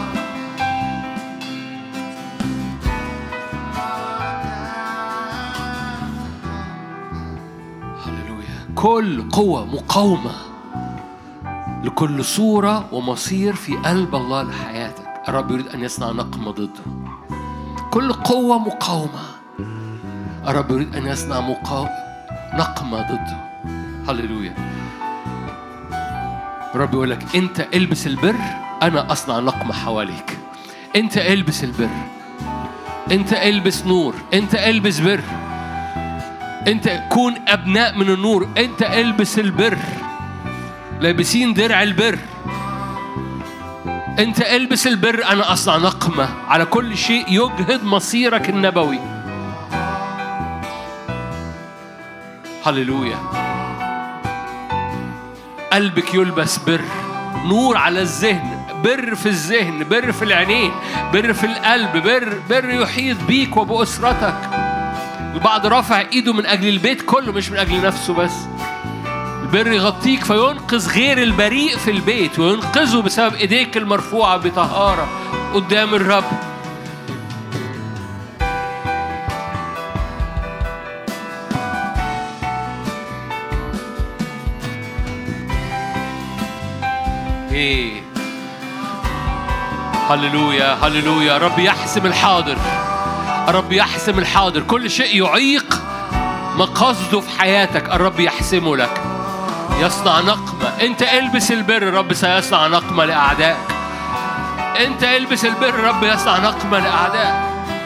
Speaker 1: هللويا. كل قوة مقاومة لكل صورة ومصير في قلب الله لحياتك الرب يريد أن يصنع نقمة ضده. كل قوة مقاومة الرب يريد أن يصنع مقاومة نقمة ضده. هللويا. الرب يقول لك أنت البس البر، أنا أصنع نقمة حواليك. أنت البس البر، أنت البس نور، أنت البس بر، أنت كون أبناء من النور، أنت البس البر، لابسين درع البر. أنت البس البر، أنا أصنع نقمة على كل شيء يجهد مصيرك النبوي. هللويا. قلبك يلبس بر، نور على الذهن، بر في الذهن، بر في العينين، بر في القلب، بر بر يحيط بيك وبأسرتك. البعض رافع ايده من أجل البيت كله مش من أجل نفسه بس. البر يغطيك فينقذ غير البريء في البيت وينقذه بسبب ايديك المرفوعة بطهارة قدام الرب. ايه هللويا هللويا. رب يحسم الحاضر، رب يحسم الحاضر. كل شيء يعيق مقصده في حياتك الرب يحسمه لك، يصنع نقمة. انت البس البر، رب سيصنع نقمة لأعدائك. انت البس البر، رب يصنع نقمة لأعدائك.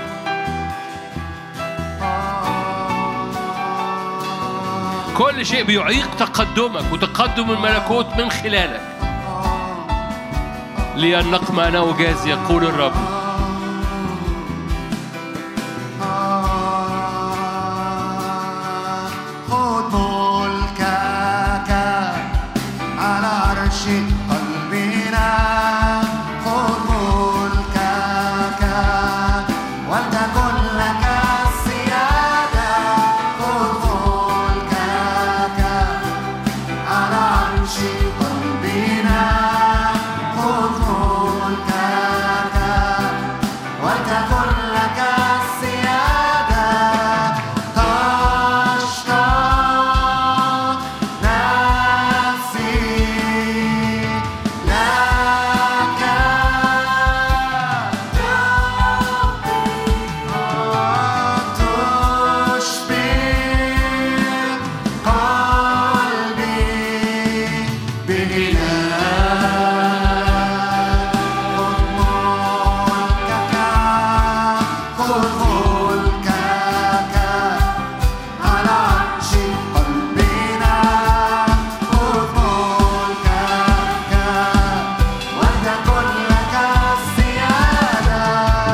Speaker 1: كل شيء بيعيق تقدمك وتقدم الملكوت من خلالك لي النقمة أنا أجازي يقول الرب.
Speaker 2: خذ ملكك على عرش قلبنا، خذ ملكك ولتكن لك السيادة. خذ ملكك على عرش قلبنا، خذ ملكك ولتكن لك السيادة. تشتاق نفسي لك، تشبه قلبي بغناء. خذ ملكك على عرش قلبنا، خذ ملكك ولتكن لك السيادة.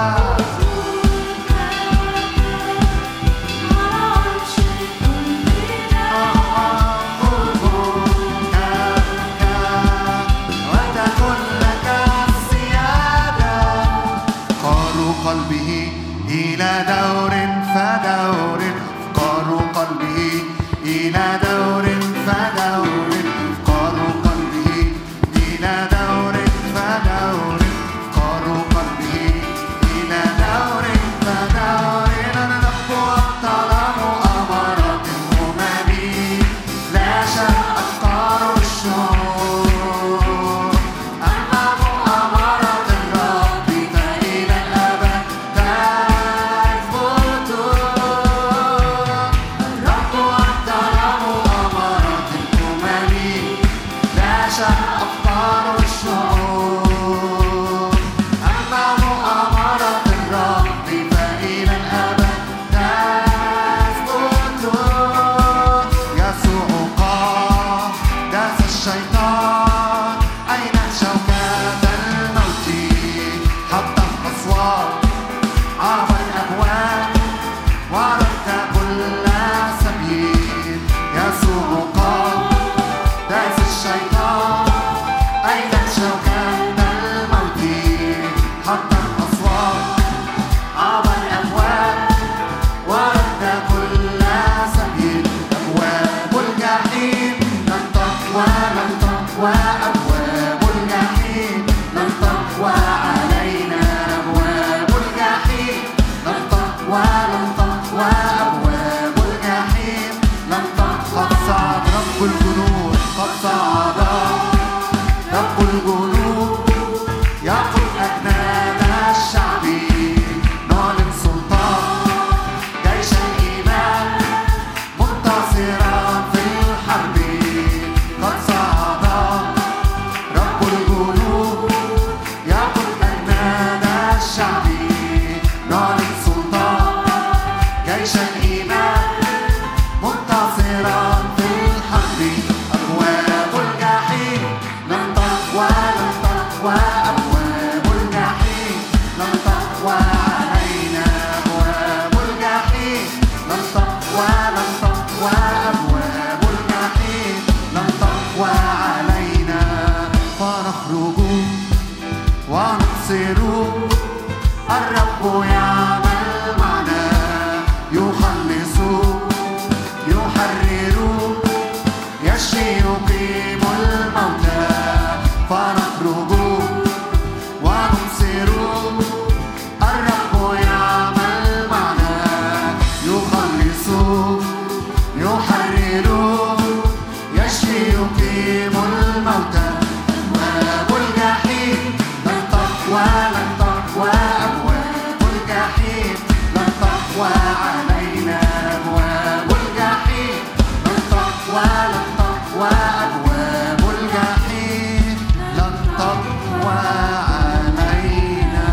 Speaker 2: خذ ملكك ولتكن لك السيادة. أفكار قلبه إلى دور فدور، أفكار قلبه إلى دور فدور، أفكار قلبه إلى دور فدور، أفكار قلبه إلى دور فدور. أنا نبقى الظلام أمارات الأمم، لا شك أفكار الشعوب. أمام أمارات الرب عبر الأبواب وردت كل سبيل. يسوع قام داس الشيطان أين شوكة الموت حتى الأصوات عبر الأبواب ورد كل سبيل. أبواب الجحيم لن تقوى لن تقوى أبواب الجحيم لن تقوى علينا. أبواب الجحيم لن تقوى لن تقوى أبواب الجحيم لن تقوى. قد صعد رب الجنود قد صعد رب الجنود يقود أجناد الشعب. نعلن سلطان جيش الإيمان منتصرا في الحرب. قد صعد رب الجنود يقود أجناد الشعب. نعلن سلطان جيش الإيمان منتصرا في الحرب. أبواب الجحيم لن تقوى لن تقوى أبواب الجحيم لن تقوى علينا. أبواب الجحيم لن تقوى لن تقوى أبواب الجحيم لن تقوى علينا. فنخرج وننصر الرب يعمل معنا. يخلص يحرر يشفي يقيم الموتى. فنخرج وننصر الرب يعمل معنا. يخلص يحرر يشفي يقيم الموتى. أبواب الجحيم لن تقوى لن تقوى أبواب الجحيم لن تقوى علينا. أبواب الجحيم لن تقوى لن تقوى أبواب الجحيم لن تقوى علينا.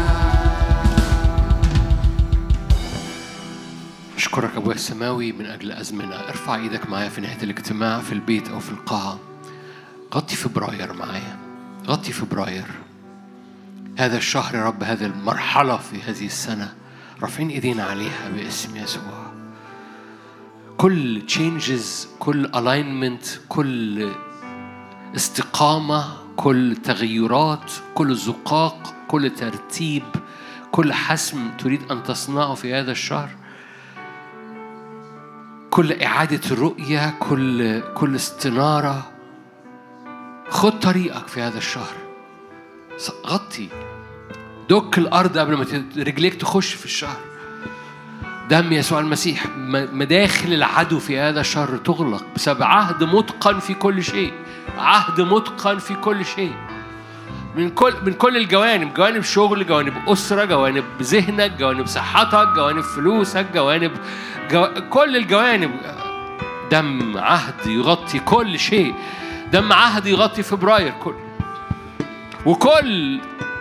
Speaker 1: أشكرك أبويا السماوي من أجل أزمنة. ارفع إيدك معايا في نهاية الاجتماع في البيت أو في القاعة. غطي فبراير معايا، غطي فبراير هذا الشهر يا رب، هذه المرحلة في هذه السنة رافعين إيدينا عليها باسم يسوع. كل changes، كل alignment، كل استقامة، كل تغيرات، كل زقاق، كل ترتيب، كل حسم تريد أن تصنعه في هذا الشهر، كل إعادة الرؤية، كل كل استنارة. خد طريقك في هذا الشهر. غطي، دك الأرض قبل ما رجليك تخش في الشهر. دم يسوع المسيح، مداخل العدو في هذا الشهر تغلق بسبب عهد متقن في كل شيء. عهد متقن في كل شيء، من كل من كل الجوانب، جوانب شغل، جوانب أسرة، جوانب ذهنك، جوانب صحتك، جوانب فلوسك، جوانب جو... كل الجوانب. دم عهد يغطي كل شيء. دم عهد يغطي فبراير كل وكل.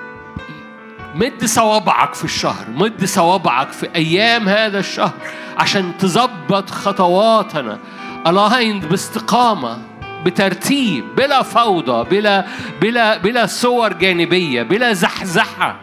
Speaker 1: مد صوابعك في الشهر، مد صوابعك في أيام هذا الشهر عشان تظبط خطواتنا aligned باستقامة، بترتيب، بلا فوضى، بلا بلا بلا صور جانبية، بلا زحزحة.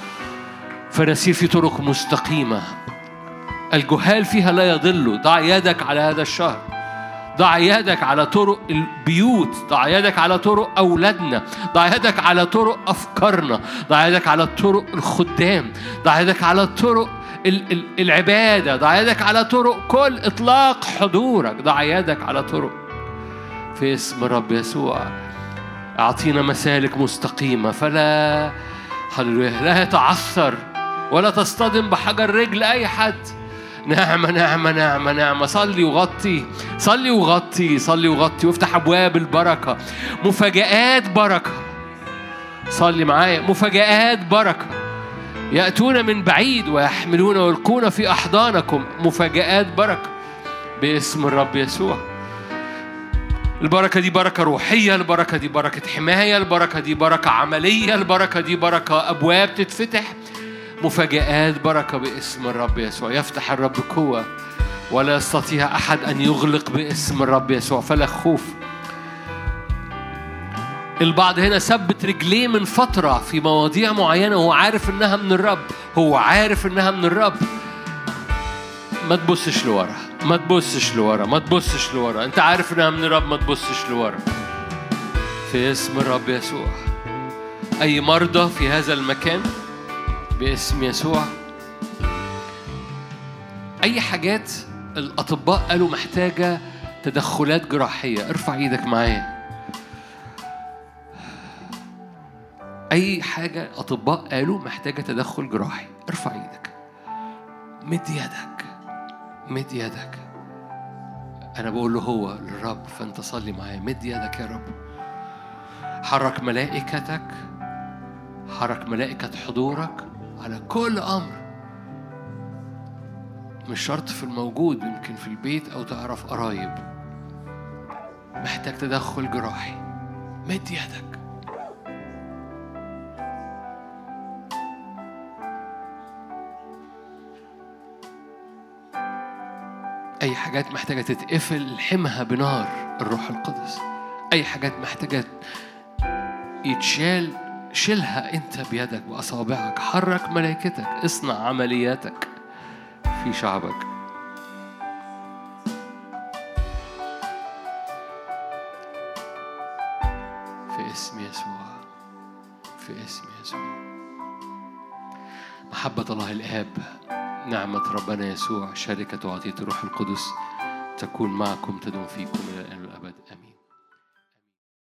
Speaker 1: فنسير في طرق مستقيمة الجهال فيها لا يضلوا. ضع يدك على هذا الشهر، ضع يدك على طرق البيوت، ضع يدك على طرق أولادنا، ضع يدك على طرق أفكارنا، ضع يدك على طرق الخدام، ضع يدك على طرق العبادة، ضع يدك على طرق كل إطلاق حضورك، ضع يدك على طرق في اسم الرب يسوع. أعطينا مسالك مستقيمة فلا هللويا لا يتعثر ولا تصطدم بحجر رجل أي حد. نعمة نعمة نعمة نعمة. صلي وغطي، صلي وغطي، صلي وغطي وافتح أبواب البركة. مفاجآت بركة. صلي معايا. مفاجآت بركة يأتون من بعيد ويحملون ويلقون في أحضانكم. مفاجآت بركة باسم الرب يسوع. البركة دي بركة روحية، البركة دي بركة حماية، البركة دي بركة عملية، البركة دي بركة أبواب تتفتح. مفاجآت بركة باسم الرب يسوع. يفتح الرب قوة ولا يستطيع أحد أن يغلق باسم الرب يسوع. فلا خوف. البعض هنا ثبت رجليه من فترة في مواضيع معينة وهو عارف إنها من الرب، هو عارف إنها من الرب. ما تبصش لورا، ما تبصش لورا، ما تبصش لورا. أنت عارف إنها من الرب، ما تبصش لورا. في اسم الرب يسوع. أي مرضى في هذا المكان باسم يسوع، أي حاجات الأطباء قالوا محتاجة تدخلات جراحية، ارفع ايدك معايا. أي حاجة أطباء قالوا محتاجة تدخل جراحي، ارفع ايدك، مد يدك، مد يدك. أنا بقول له هو للرب، فأنت صلي معايا. مد يدك يا رب. حرك ملائكتك، حرك ملائكة حضورك على كل أمر. مش شرط في الموجود، يمكن في البيت أو تعرف قرايب محتاج تدخل جراحي. مد يدك. أي حاجات محتاجة تتقفل حمها بنار الروح القدس. أي حاجات محتاجة يتشال، شيلها أنت بيدك وأصابعك. حرك ملائكتك، اصنع عملياتك في شعبك. في اسم يسوع، في اسم يسوع. محبة الله الآب، نعمة ربنا يسوع، شركة وعطية الروح القدس تكون معكم، تدوم فيكم.